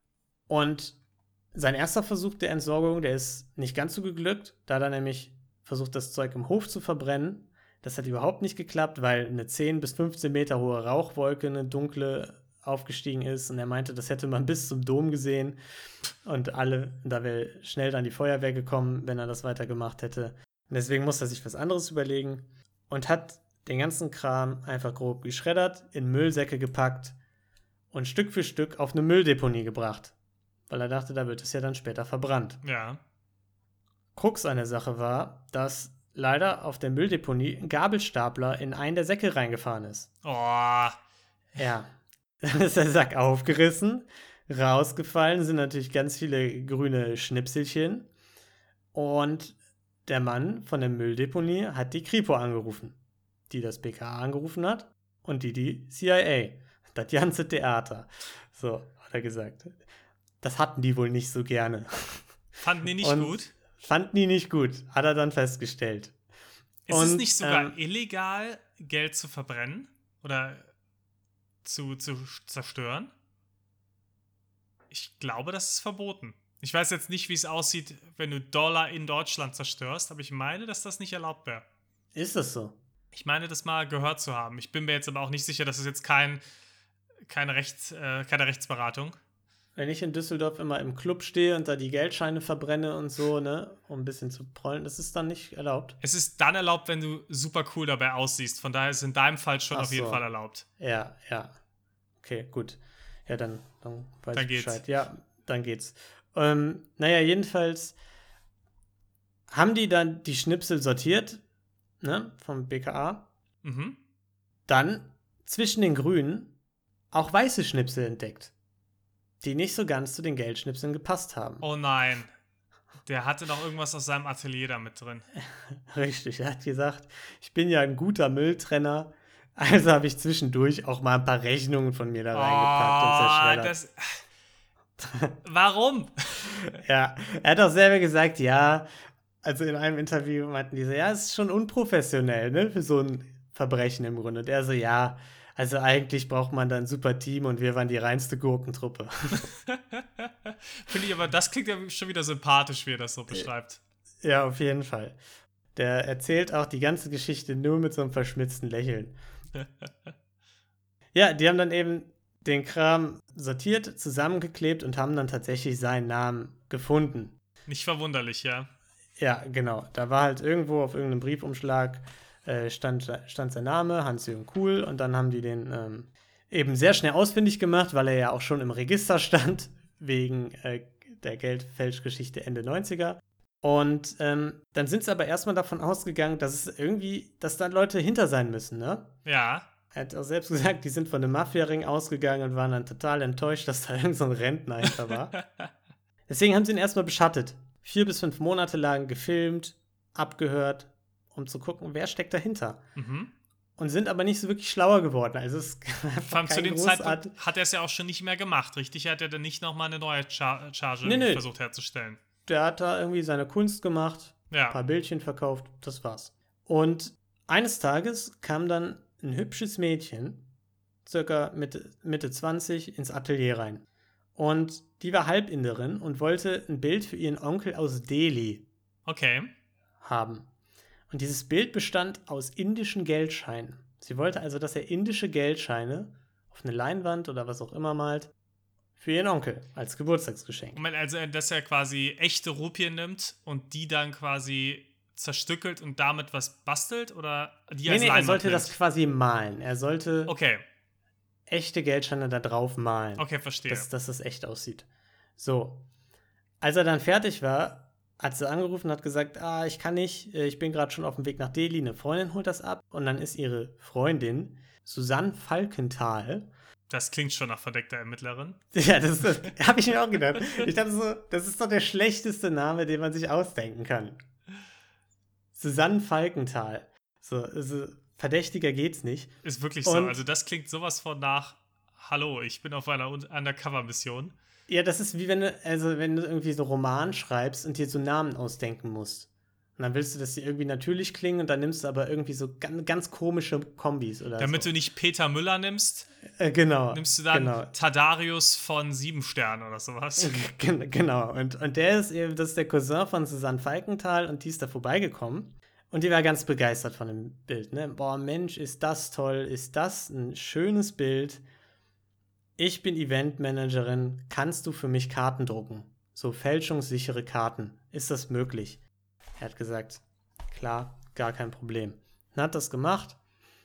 Speaker 1: Und sein erster Versuch der Entsorgung, der ist nicht ganz so geglückt. Da hat er nämlich versucht, das Zeug im Hof zu verbrennen. Das hat überhaupt nicht geklappt, weil eine 10 bis 15 Meter hohe Rauchwolke, eine dunkle, aufgestiegen ist. Und er meinte, das hätte man bis zum Dom gesehen. Und da wäre schnell dann die Feuerwehr gekommen, wenn er das weitergemacht hätte. Und deswegen musste er sich was anderes überlegen und hat den ganzen Kram einfach grob geschreddert, in Müllsäcke gepackt und Stück für Stück auf eine Mülldeponie gebracht. Weil er dachte, da wird es ja dann später verbrannt.
Speaker 2: Ja.
Speaker 1: Krux an der Sache war, dass leider auf der Mülldeponie ein Gabelstapler in einen der Säcke reingefahren ist.
Speaker 2: Oh,
Speaker 1: Ja, dann ist der Sack aufgerissen, rausgefallen sind natürlich ganz viele grüne Schnipselchen und der Mann von der Mülldeponie hat die Kripo angerufen, die das BKA angerufen hat und die CIA. Das ganze Theater. So, hat er gesagt. Das hatten die wohl nicht so gerne.
Speaker 2: fanden die nicht
Speaker 1: Und
Speaker 2: gut?
Speaker 1: fanden die nicht gut, hat er dann festgestellt.
Speaker 2: Ist es
Speaker 1: Und,
Speaker 2: nicht sogar illegal, Geld zu verbrennen oder zu zerstören? Ich glaube, das ist verboten. Ich weiß jetzt nicht, wie es aussieht, wenn du Dollar in Deutschland zerstörst, aber ich meine, dass das nicht erlaubt wäre.
Speaker 1: Ist das so?
Speaker 2: Ich meine, das mal gehört zu haben. Ich bin mir jetzt aber auch nicht sicher, das ist jetzt keine Rechtsberatung.
Speaker 1: Wenn ich in Düsseldorf immer im Club stehe und da die Geldscheine verbrenne und so, ne, um ein bisschen zu prollen, das ist dann nicht erlaubt.
Speaker 2: Es ist dann erlaubt, wenn du super cool dabei aussiehst. Von daher ist es in deinem Fall schon
Speaker 1: Ach
Speaker 2: auf jeden
Speaker 1: so.
Speaker 2: Fall erlaubt.
Speaker 1: Ja. Okay, gut. Ja, dann weiß
Speaker 2: Dann
Speaker 1: ich
Speaker 2: geht's.
Speaker 1: Bescheid. Ja, dann geht's. Naja, jedenfalls haben die dann die Schnipsel sortiert, ne, vom BKA.
Speaker 2: Mhm.
Speaker 1: Dann zwischen den Grünen auch weiße Schnipsel entdeckt, die nicht so ganz zu den Geldschnipseln gepasst haben.
Speaker 2: Oh nein. Der hatte noch irgendwas aus seinem Atelier da mit drin.
Speaker 1: Richtig, er hat gesagt, ich bin ja ein guter Mülltrenner, also habe ich zwischendurch auch mal ein paar Rechnungen von mir da reingepackt und zerschreddert.
Speaker 2: Warum?
Speaker 1: Ja, er hat auch selber gesagt, ja, also in einem Interview meinten die so, ja, es ist schon unprofessionell, ne, für so ein Verbrechen im Grunde. Und er so, ja, also eigentlich braucht man da ein super Team und wir waren die reinste Gurkentruppe.
Speaker 2: Finde ich aber, das klingt ja schon wieder sympathisch, wie er das so beschreibt.
Speaker 1: Ja, auf jeden Fall. Der erzählt auch die ganze Geschichte nur mit so einem verschmitzten Lächeln. Ja, die haben dann eben den Kram sortiert, zusammengeklebt und haben dann tatsächlich seinen Namen gefunden.
Speaker 2: Nicht verwunderlich, ja.
Speaker 1: Ja, genau. Da war halt irgendwo auf irgendeinem Briefumschlag stand sein Name, Hans-Jürgen Kuhl, und dann haben die den eben sehr schnell ausfindig gemacht, weil er ja auch schon im Register stand, wegen der Geldfälschgeschichte Ende 90er. Und dann sind sie aber erstmal davon ausgegangen, dass da Leute hinter sein müssen, ne?
Speaker 2: Ja.
Speaker 1: Er hat auch selbst gesagt, die sind von einem Mafia-Ring ausgegangen und waren dann total enttäuscht, dass da irgend so ein Rentner hinter war. Deswegen haben sie ihn erstmal beschattet. 4 bis 5 Monate lang gefilmt, abgehört, um zu gucken, wer steckt dahinter.
Speaker 2: Mhm.
Speaker 1: Und sind aber nicht so wirklich schlauer geworden. Also es ist
Speaker 2: Vor allem zu dem Zeitpunkt hat er es ja auch schon nicht mehr gemacht, richtig? Er hat ja dann nicht nochmal eine neue Charge versucht herzustellen.
Speaker 1: Der hat da irgendwie seine Kunst gemacht,
Speaker 2: Ja.
Speaker 1: ein paar Bildchen verkauft, das war's. Und eines Tages kam dann ein hübsches Mädchen, circa Mitte 20, ins Atelier rein. Und die war Halbinderin und wollte ein Bild für ihren Onkel aus Delhi
Speaker 2: Okay.
Speaker 1: haben. Und dieses Bild bestand aus indischen Geldscheinen. Sie wollte also, dass er indische Geldscheine auf eine Leinwand oder was auch immer malt, für ihren Onkel als Geburtstagsgeschenk.
Speaker 2: Moment, also, dass er quasi echte Rupien nimmt und die dann quasi zerstückelt und damit was bastelt oder die als
Speaker 1: Nee, er
Speaker 2: Leinwand
Speaker 1: sollte
Speaker 2: nimmt?
Speaker 1: das quasi malen. Er sollte
Speaker 2: Okay,
Speaker 1: echte Geldscheine da drauf malen.
Speaker 2: okay, verstehe.
Speaker 1: Dass das echt aussieht. So. Als er dann fertig war, hat sie angerufen und hat gesagt, ich kann nicht, ich bin gerade schon auf dem Weg nach Delhi, eine Freundin holt das ab. Und dann ist ihre Freundin, Susanne Falkenthal.
Speaker 2: Das klingt schon nach verdeckter Ermittlerin.
Speaker 1: Ja, das habe ich mir auch gedacht. Ich dachte so, das ist doch der schlechteste Name, den man sich ausdenken kann. Susanne Falkenthal. So, also verdächtiger geht's nicht.
Speaker 2: Ist wirklich so. Also das klingt sowas von nach, hallo, ich bin auf einer Undercover-Mission.
Speaker 1: Ja, das ist wie wenn du irgendwie so Roman schreibst und dir so Namen ausdenken musst. Und dann willst du, dass die irgendwie natürlich klingen und dann nimmst du aber irgendwie so ganz, ganz komische Kombis oder
Speaker 2: Damit
Speaker 1: so.
Speaker 2: du nicht Peter Müller nimmst,
Speaker 1: genau.
Speaker 2: nimmst du dann
Speaker 1: genau.
Speaker 2: Tadarius von 7 Sternen oder sowas.
Speaker 1: Genau. Und das ist der Cousin von Susanne Falkenthal und die ist da vorbeigekommen. Und die war ganz begeistert von dem Bild. Ne? Boah, Mensch, ist das toll, ist das ein schönes Bild. Ich bin Eventmanagerin, kannst du für mich Karten drucken? So fälschungssichere Karten. Ist das möglich? Er hat gesagt, klar, gar kein Problem. Dann hat das gemacht.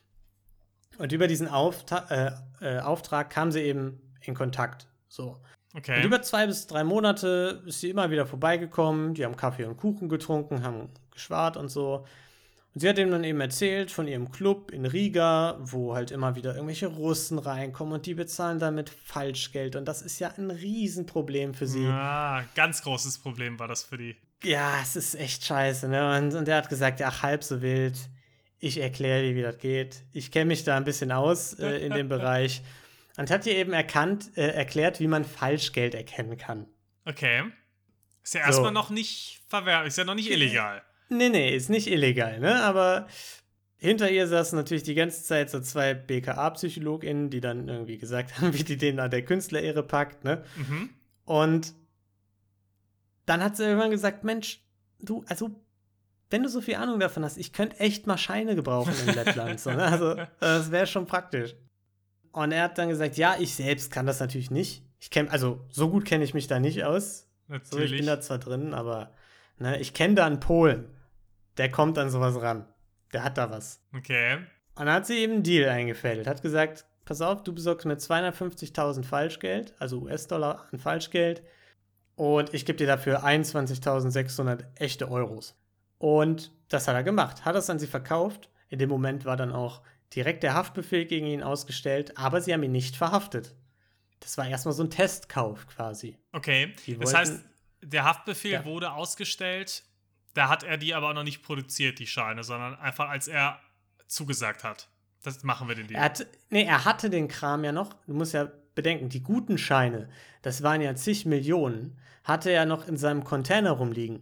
Speaker 1: Und über diesen Auftrag kam sie eben in Kontakt. So.
Speaker 2: Okay.
Speaker 1: Und über 2 bis 3 Monate ist sie immer wieder vorbeigekommen. Die haben Kaffee und Kuchen getrunken, haben geschwart und so. Und sie hat ihm dann eben erzählt von ihrem Club in Riga, wo halt immer wieder irgendwelche Russen reinkommen und die bezahlen damit Falschgeld. Und das ist ja ein Riesenproblem für sie.
Speaker 2: Ja, ganz großes Problem war das für die.
Speaker 1: Ja, es ist echt scheiße, ne? Und er hat gesagt, ja, halb so wild. Ich erkläre dir, wie das geht. Ich kenne mich da ein bisschen aus in dem Bereich. Und hat ihr eben erklärt, wie man Falschgeld erkennen kann.
Speaker 2: Okay. Ist ja erstmal noch nicht verwerflich, ist ja noch nicht illegal.
Speaker 1: Nee, ist nicht illegal, ne? Aber hinter ihr saßen natürlich die ganze Zeit so 2 BKA-PsychologInnen, die dann irgendwie gesagt haben, wie die denen an der Künstlerehre packt, ne?
Speaker 2: Mhm.
Speaker 1: Und dann hat sie irgendwann gesagt, Mensch, du, also, wenn du so viel Ahnung davon hast, ich könnte echt mal Scheine gebrauchen in Lettland, so, ne? Also, das wäre schon praktisch. Und er hat dann gesagt, ja, ich selbst kann das natürlich nicht. Also, so gut kenne ich mich da nicht aus.
Speaker 2: Natürlich.
Speaker 1: So, ich bin da zwar drin, aber ne, ich kenne da einen Polen. Der kommt an sowas ran. Der hat da was.
Speaker 2: Okay.
Speaker 1: Und dann hat sie eben einen Deal eingefädelt. Hat gesagt, pass auf, du besorgst mir 250.000 Falschgeld, also US-Dollar an Falschgeld. Und ich gebe dir dafür 21.600 echte Euros. Und das hat er gemacht. Hat es an sie verkauft. In dem Moment war dann auch direkt der Haftbefehl gegen ihn ausgestellt. Aber sie haben ihn nicht verhaftet. Das war erstmal so ein Testkauf quasi.
Speaker 2: Okay. Das heißt, der Haftbefehl wurde ausgestellt. Da hat er die aber auch noch nicht produziert, die Scheine, sondern einfach, als er zugesagt hat. Das machen wir den Deal.
Speaker 1: Er hatte den Kram ja noch. Du musst ja bedenken, die guten Scheine, das waren ja zig Millionen, hatte er noch in seinem Container rumliegen.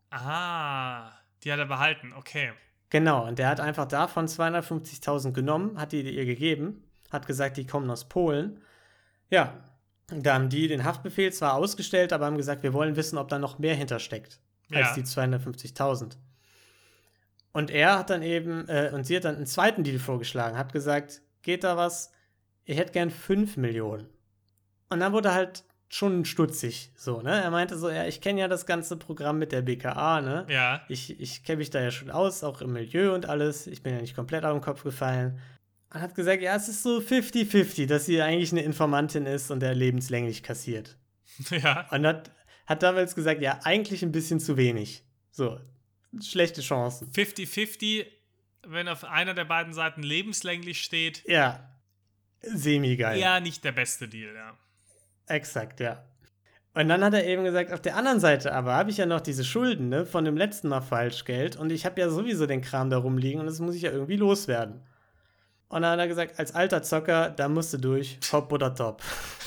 Speaker 2: Ah, die hat er behalten, okay.
Speaker 1: Genau, und der hat einfach davon 250.000 genommen, hat die ihr gegeben, hat gesagt, die kommen aus Polen. Ja, da haben die den Haftbefehl zwar ausgestellt, aber haben gesagt, wir wollen wissen, ob da noch mehr hintersteckt als die 250.000. Und er hat dann eben, und sie hat dann einen zweiten Deal vorgeschlagen, hat gesagt, geht da was? Ich hätte gern 5 Millionen. Und dann wurde halt schon stutzig, so, ne? Er meinte so, ja, ich kenne ja das ganze Programm mit der BKA, ne?
Speaker 2: Ja.
Speaker 1: Ich kenne mich da ja schon aus, auch im Milieu und alles. Ich bin ja nicht komplett auf den Kopf gefallen. Und hat gesagt, ja, es ist so 50-50, dass sie eigentlich eine Informantin ist und der lebenslänglich kassiert.
Speaker 2: Ja.
Speaker 1: Und hat damals gesagt, ja, eigentlich ein bisschen zu wenig. So, schlechte Chancen.
Speaker 2: 50-50, wenn auf einer der beiden Seiten lebenslänglich steht.
Speaker 1: Ja, semi-geil.
Speaker 2: Ja, nicht der beste Deal, ja.
Speaker 1: Exakt, ja. Und dann hat er eben gesagt, auf der anderen Seite aber habe ich ja noch diese Schulden, ne, von dem letzten Mal Falschgeld und ich habe ja sowieso den Kram da rumliegen und das muss ich ja irgendwie loswerden. Und dann hat er gesagt, als alter Zocker, da musst du durch, top oder top.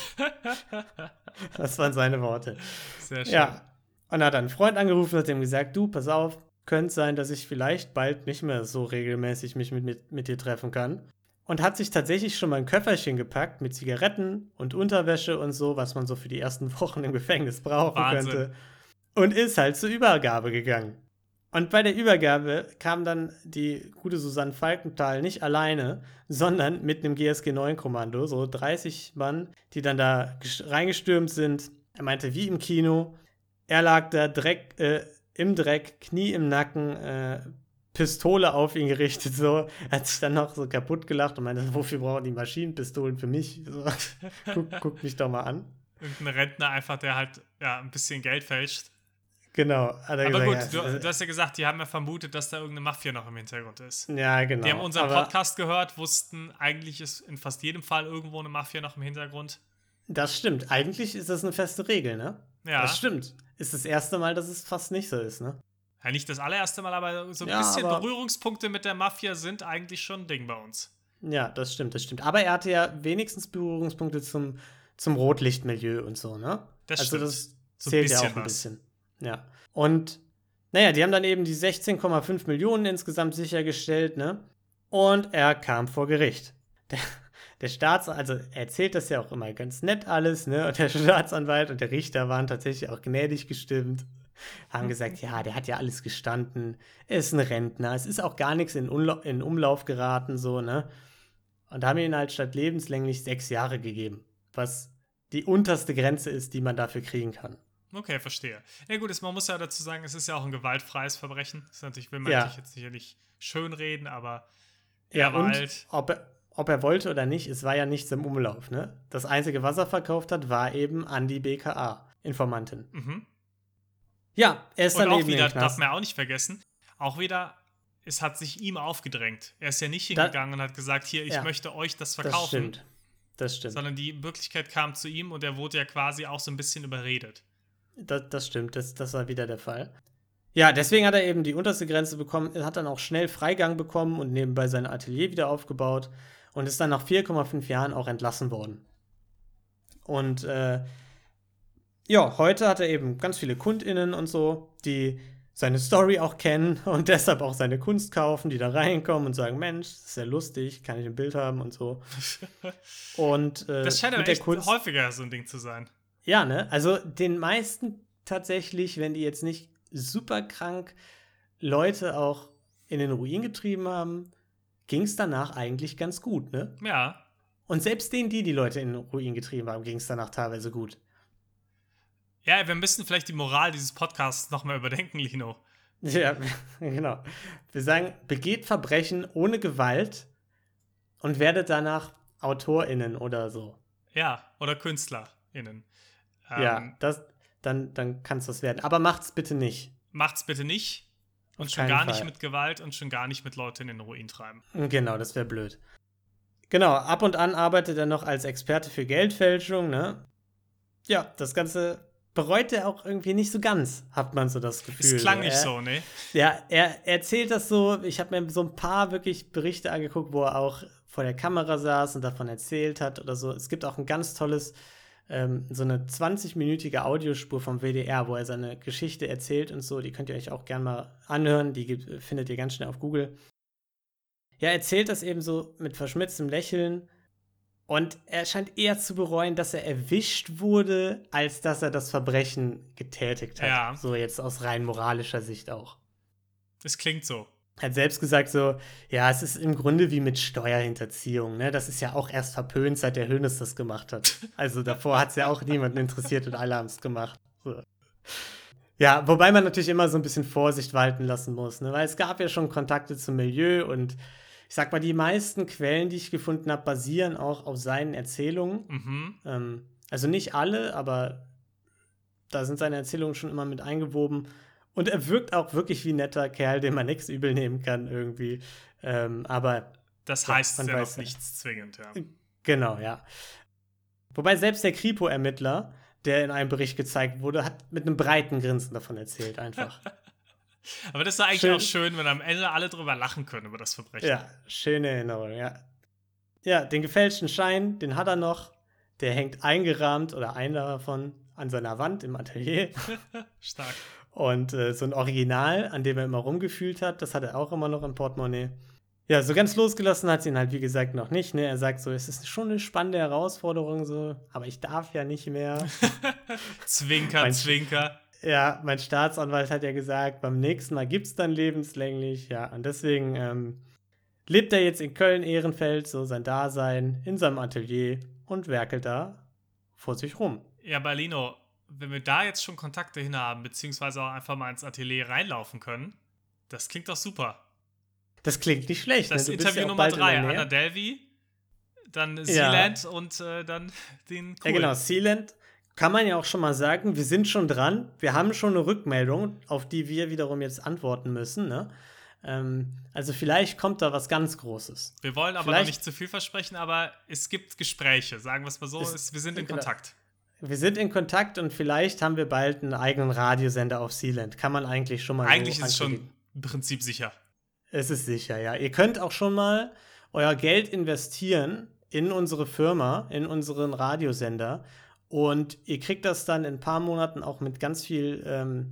Speaker 1: Das waren seine Worte.
Speaker 2: Sehr schön.
Speaker 1: Ja. Und er hat einen Freund angerufen und hat ihm gesagt, du, pass auf, könnte sein, dass ich vielleicht bald nicht mehr so regelmäßig mich mit dir treffen kann. Und hat sich tatsächlich schon mal ein Köfferchen gepackt mit Zigaretten und Unterwäsche und so, was man so für die ersten Wochen im Gefängnis brauchen könnte. Und ist halt zur Übergabe gegangen. Und bei der Übergabe kam dann die gute Susanne Falkenthal nicht alleine, sondern mit einem GSG-9-Kommando, so 30 Mann, die dann da reingestürmt sind. Er meinte, wie im Kino. Er lag da im Dreck, Knie im Nacken, Pistole auf ihn gerichtet, so. Er hat sich dann noch so kaputt gelacht und meinte, wofür brauchen die Maschinenpistolen für mich? So, guck mich doch mal an.
Speaker 2: Irgendein Rentner einfach, der halt ein bisschen Geld fälscht.
Speaker 1: Genau. Hat er
Speaker 2: aber
Speaker 1: gesagt,
Speaker 2: gut, du hast ja gesagt, die haben ja vermutet, dass da irgendeine Mafia noch im Hintergrund ist.
Speaker 1: Ja, genau.
Speaker 2: Die haben unseren Podcast gehört, wussten, eigentlich ist in fast jedem Fall irgendwo eine Mafia noch im Hintergrund.
Speaker 1: Das stimmt. Eigentlich ist das eine feste Regel, ne?
Speaker 2: Ja.
Speaker 1: Das stimmt. Ist das erste Mal, dass es fast nicht so ist, ne?
Speaker 2: Ja, nicht das allererste Mal, aber so ein bisschen Berührungspunkte mit der Mafia sind eigentlich schon ein Ding bei uns.
Speaker 1: Ja, das stimmt. Aber er hatte ja wenigstens Berührungspunkte zum Rotlichtmilieu und so, ne?
Speaker 2: Das
Speaker 1: also
Speaker 2: stimmt.
Speaker 1: Das zählt ja auch ein bisschen. Ja. Und, naja, die haben dann eben die 16,5 Millionen insgesamt sichergestellt, ne? Und er kam vor Gericht. Der Staatsanwalt, also er erzählt das ja auch immer ganz nett alles, ne? Und der Staatsanwalt und der Richter waren tatsächlich auch gnädig gestimmt. Haben gesagt, ja, der hat ja alles gestanden. Er ist ein Rentner. Es ist auch gar nichts in Umlauf geraten, so, ne? Und haben ihm halt statt lebenslänglich 6 Jahre gegeben. Was die unterste Grenze ist, die man dafür kriegen kann.
Speaker 2: Okay, verstehe. Ja gut, man muss ja dazu sagen, es ist ja auch ein gewaltfreies Verbrechen. Das ist natürlich, will man natürlich jetzt sicherlich schönreden, aber
Speaker 1: er war halt... Ob er wollte oder nicht, es war ja nichts im Umlauf, ne? Das Einzige, was er verkauft hat, war eben an die BKA-Informantin.
Speaker 2: Mhm.
Speaker 1: Ja, er ist
Speaker 2: und
Speaker 1: dann
Speaker 2: auch
Speaker 1: eben
Speaker 2: wieder,
Speaker 1: im Knast.
Speaker 2: darf man auch nicht vergessen, auch wieder es hat sich ihm aufgedrängt. Er ist ja nicht hingegangen und hat gesagt, hier, ich möchte euch das verkaufen.
Speaker 1: Das stimmt.
Speaker 2: Sondern die Möglichkeit kam zu ihm und er wurde ja quasi auch so ein bisschen überredet.
Speaker 1: Das stimmt, das war wieder der Fall. Ja, deswegen hat er eben die unterste Grenze bekommen, hat dann auch schnell Freigang bekommen und nebenbei sein Atelier wieder aufgebaut und ist dann nach 4,5 Jahren auch entlassen worden. Und heute hat er eben ganz viele KundInnen und so, die seine Story auch kennen und deshalb auch seine Kunst kaufen, die da reinkommen und sagen, Mensch, das ist ja lustig, kann ich ein Bild haben und so. Und
Speaker 2: das scheint aber echt häufiger so ein Ding zu sein.
Speaker 1: Ja, ne? Also den meisten tatsächlich, wenn die jetzt nicht super krank Leute auch in den Ruin getrieben haben, ging es danach eigentlich ganz gut, ne?
Speaker 2: Ja.
Speaker 1: Und selbst denen, die Leute in den Ruin getrieben haben, ging es danach teilweise gut.
Speaker 2: Ja, wir müssen vielleicht die Moral dieses Podcasts nochmal überdenken, Lino.
Speaker 1: Ja, genau. Wir sagen, begeht Verbrechen ohne Gewalt und werdet danach AutorInnen oder so.
Speaker 2: Ja, oder KünstlerInnen.
Speaker 1: Ja, dann kann es das werden. Aber macht's bitte nicht.
Speaker 2: Macht's bitte nicht. Und schon gar nicht mit Gewalt und schon gar nicht mit Leuten in den Ruin treiben.
Speaker 1: Genau, das wäre blöd. Genau, ab und an arbeitet er noch als Experte für Geldfälschung, ne? Ja, das Ganze bereut er auch irgendwie nicht so ganz, hat man so das Gefühl.
Speaker 2: Es klang nicht so, ne?
Speaker 1: Ja, er erzählt das so, ich habe mir so ein paar wirklich Berichte angeguckt, wo er auch vor der Kamera saß und davon erzählt hat oder so. Es gibt auch ein ganz tolles, so eine 20-minütige Audiospur vom WDR, wo er seine Geschichte erzählt und so. Die könnt ihr euch auch gerne mal anhören, die findet ihr ganz schnell auf Google. Ja, er erzählt das eben so mit verschmitztem Lächeln. Und er scheint eher zu bereuen, dass er erwischt wurde, als dass er das Verbrechen getätigt hat.
Speaker 2: Ja.
Speaker 1: So jetzt aus rein moralischer Sicht auch.
Speaker 2: Das klingt so.
Speaker 1: Er hat selbst gesagt so, ja, es ist im Grunde wie mit Steuerhinterziehung, ne? Das ist ja auch erst verpönt, seit der Hoeneß das gemacht hat. Also davor hat es ja auch niemanden interessiert und alle haben es gemacht. So. Ja, wobei man natürlich immer so ein bisschen Vorsicht walten lassen muss, ne? Weil es gab ja schon Kontakte zum Milieu und ich sag mal, die meisten Quellen, die ich gefunden habe, basieren auch auf seinen Erzählungen.
Speaker 2: Mhm.
Speaker 1: Also nicht alle, aber da sind seine Erzählungen schon immer mit eingewoben. Und er wirkt auch wirklich wie ein netter Kerl, dem man nichts übel nehmen kann irgendwie. Aber
Speaker 2: das heißt ja noch nichts zwingend, ja.
Speaker 1: Genau, ja. Wobei selbst der Kripo-Ermittler, der in einem Bericht gezeigt wurde, hat mit einem breiten Grinsen davon erzählt, einfach.
Speaker 2: Aber das ist eigentlich auch schön, wenn am Ende alle drüber lachen können über das Verbrechen.
Speaker 1: Ja, schöne Erinnerung, ja. Ja, den gefälschten Schein, den hat er noch. Der hängt eingerahmt oder einer davon an seiner Wand im Atelier.
Speaker 2: Stark.
Speaker 1: Und so ein Original, an dem er immer rumgefühlt hat, das hat er auch immer noch im Portemonnaie. Ja, so ganz losgelassen hat sie ihn halt, wie gesagt, noch nicht. Ne? Er sagt so, es ist schon eine spannende Herausforderung, so, aber ich darf ja nicht mehr.
Speaker 2: Zwinker, Zwinker.
Speaker 1: Ja, mein Staatsanwalt hat ja gesagt, beim nächsten Mal gibt's dann lebenslänglich. Ja, und deswegen lebt er jetzt in Köln-Ehrenfeld, so sein Dasein, in seinem Atelier und werkelt da vor sich rum.
Speaker 2: Ja, Berlino, wenn wir da jetzt schon Kontakte hin haben, beziehungsweise auch einfach mal ins Atelier reinlaufen können, das klingt doch super.
Speaker 1: Das klingt nicht schlecht.
Speaker 2: Das
Speaker 1: ne?
Speaker 2: Interview Nummer 3, Anna Delvey, dann Sealand und dann den
Speaker 1: Ja, genau, Sealand. Kann man ja auch schon mal sagen, wir sind schon dran. Wir haben schon eine Rückmeldung, auf die wir wiederum jetzt antworten müssen. Ne? Also vielleicht kommt da was ganz Großes.
Speaker 2: Wir wollen aber noch nicht zu viel versprechen, aber es gibt Gespräche, sagen wir es mal so. Wir sind in Kontakt.
Speaker 1: Wir sind in Kontakt und vielleicht haben wir bald einen eigenen Radiosender auf Sealand. Kann man eigentlich schon mal
Speaker 2: Eigentlich ist es schon im Prinzip sicher.
Speaker 1: Es ist sicher, ja. Ihr könnt auch schon mal euer Geld investieren in unsere Firma, in unseren Radiosender. Und ihr kriegt das dann in ein paar Monaten auch mit ganz viel,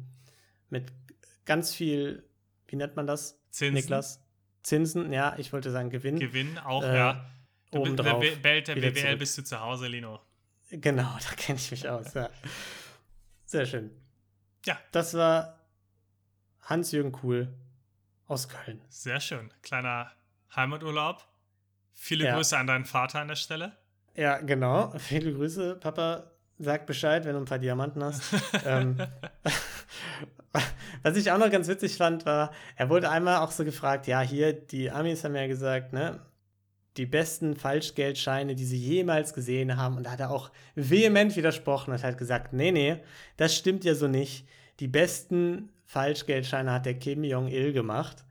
Speaker 1: wie nennt man das?
Speaker 2: Zinsen.
Speaker 1: Niklas? Zinsen, ja, ich wollte sagen Gewinn.
Speaker 2: Gewinn auch, ja.
Speaker 1: Obendrauf.
Speaker 2: Bellt der BWL bist du zu Hause, Lino.
Speaker 1: Genau, da kenne ich mich aus, ja. Sehr schön.
Speaker 2: Ja.
Speaker 1: Das war Hans-Jürgen Kuhl aus Köln.
Speaker 2: Sehr schön. Kleiner Heimaturlaub. Viele Grüße an deinen Vater an der Stelle.
Speaker 1: Ja, genau. Viele Grüße. Papa, sag Bescheid, wenn du ein paar Diamanten hast. Was ich auch noch ganz witzig fand, war, er wurde einmal auch so gefragt, ja, hier, die Amis haben ja gesagt, ne, die besten Falschgeldscheine, die sie jemals gesehen haben. Und da hat er auch vehement widersprochen und hat gesagt, nee, das stimmt ja so nicht. Die besten Falschgeldscheine hat der Kim Jong-il gemacht.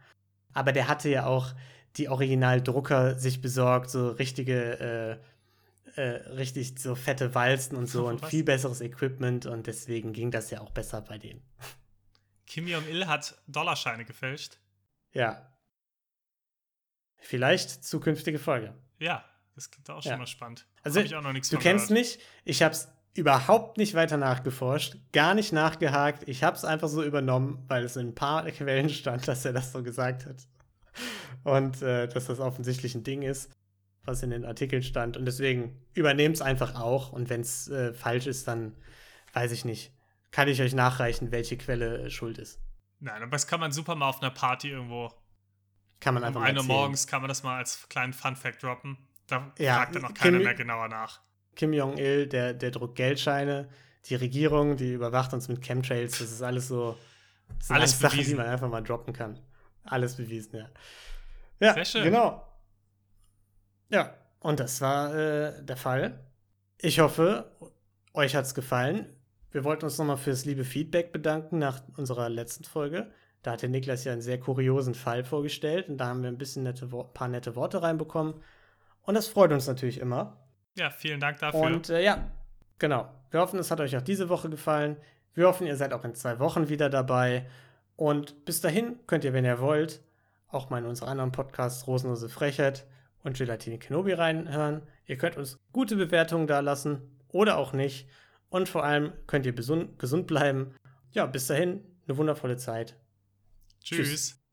Speaker 1: Aber der hatte ja auch die Originaldrucker sich besorgt, so richtige, richtig so fette Walzen und so und
Speaker 2: Was?
Speaker 1: viel besseres Equipment und deswegen ging das ja auch besser bei denen.
Speaker 2: Kim Jong-il hat Dollarscheine gefälscht.
Speaker 1: Ja. Vielleicht zukünftige Folge.
Speaker 2: Ja, das klingt auch schon mal spannend.
Speaker 1: Also,
Speaker 2: Hab ich auch noch nichts
Speaker 1: du
Speaker 2: von
Speaker 1: kennst
Speaker 2: gehört.
Speaker 1: mich, ich hab's überhaupt nicht weiter nachgeforscht, gar nicht nachgehakt. Ich hab's einfach so übernommen, weil es in ein paar Quellen stand, dass er das so gesagt hat. Und dass das offensichtlich ein Ding ist, was in den Artikeln stand. Und deswegen übernehm's einfach auch. Und wenn es falsch ist, dann weiß ich nicht. Kann ich euch nachreichen, welche Quelle schuld ist.
Speaker 2: Nein, aber das kann man super mal auf einer Party irgendwo.
Speaker 1: Kann man einfach
Speaker 2: Um
Speaker 1: mal
Speaker 2: 1 Uhr
Speaker 1: erzählen.
Speaker 2: morgens kann man das mal als kleinen Fun-Fact droppen. Da
Speaker 1: Ja,
Speaker 2: fragt dann auch keiner mehr genauer nach.
Speaker 1: Kim Jong-il, der druckt Geldscheine. Die Regierung, die überwacht uns mit Chemtrails. Das ist alles so. Das sind
Speaker 2: Alles
Speaker 1: alles Sachen, die
Speaker 2: bewiesen.
Speaker 1: man einfach mal droppen kann. Alles bewiesen, ja. Ja,
Speaker 2: Sehr schön.
Speaker 1: genau. Ja, und das war der Fall. Ich hoffe, euch hat's gefallen. Wir wollten uns nochmal fürs liebe Feedback bedanken nach unserer letzten Folge. Da hat der Niklas ja einen sehr kuriosen Fall vorgestellt und da haben wir ein bisschen paar nette Worte reinbekommen. Und das freut uns natürlich immer.
Speaker 2: Ja, vielen Dank dafür.
Speaker 1: Und ja, genau. Wir hoffen, es hat euch auch diese Woche gefallen. Wir hoffen, ihr seid auch in 2 Wochen wieder dabei. Und bis dahin könnt ihr, wenn ihr wollt, auch mal in unsere anderen Podcasts Rosenlose Frechheit und Gelatine Kenobi reinhören. Ihr könnt uns gute Bewertungen da lassen oder auch nicht. Und vor allem könnt ihr gesund bleiben. Ja, bis dahin, eine wundervolle Zeit.
Speaker 2: Tschüss.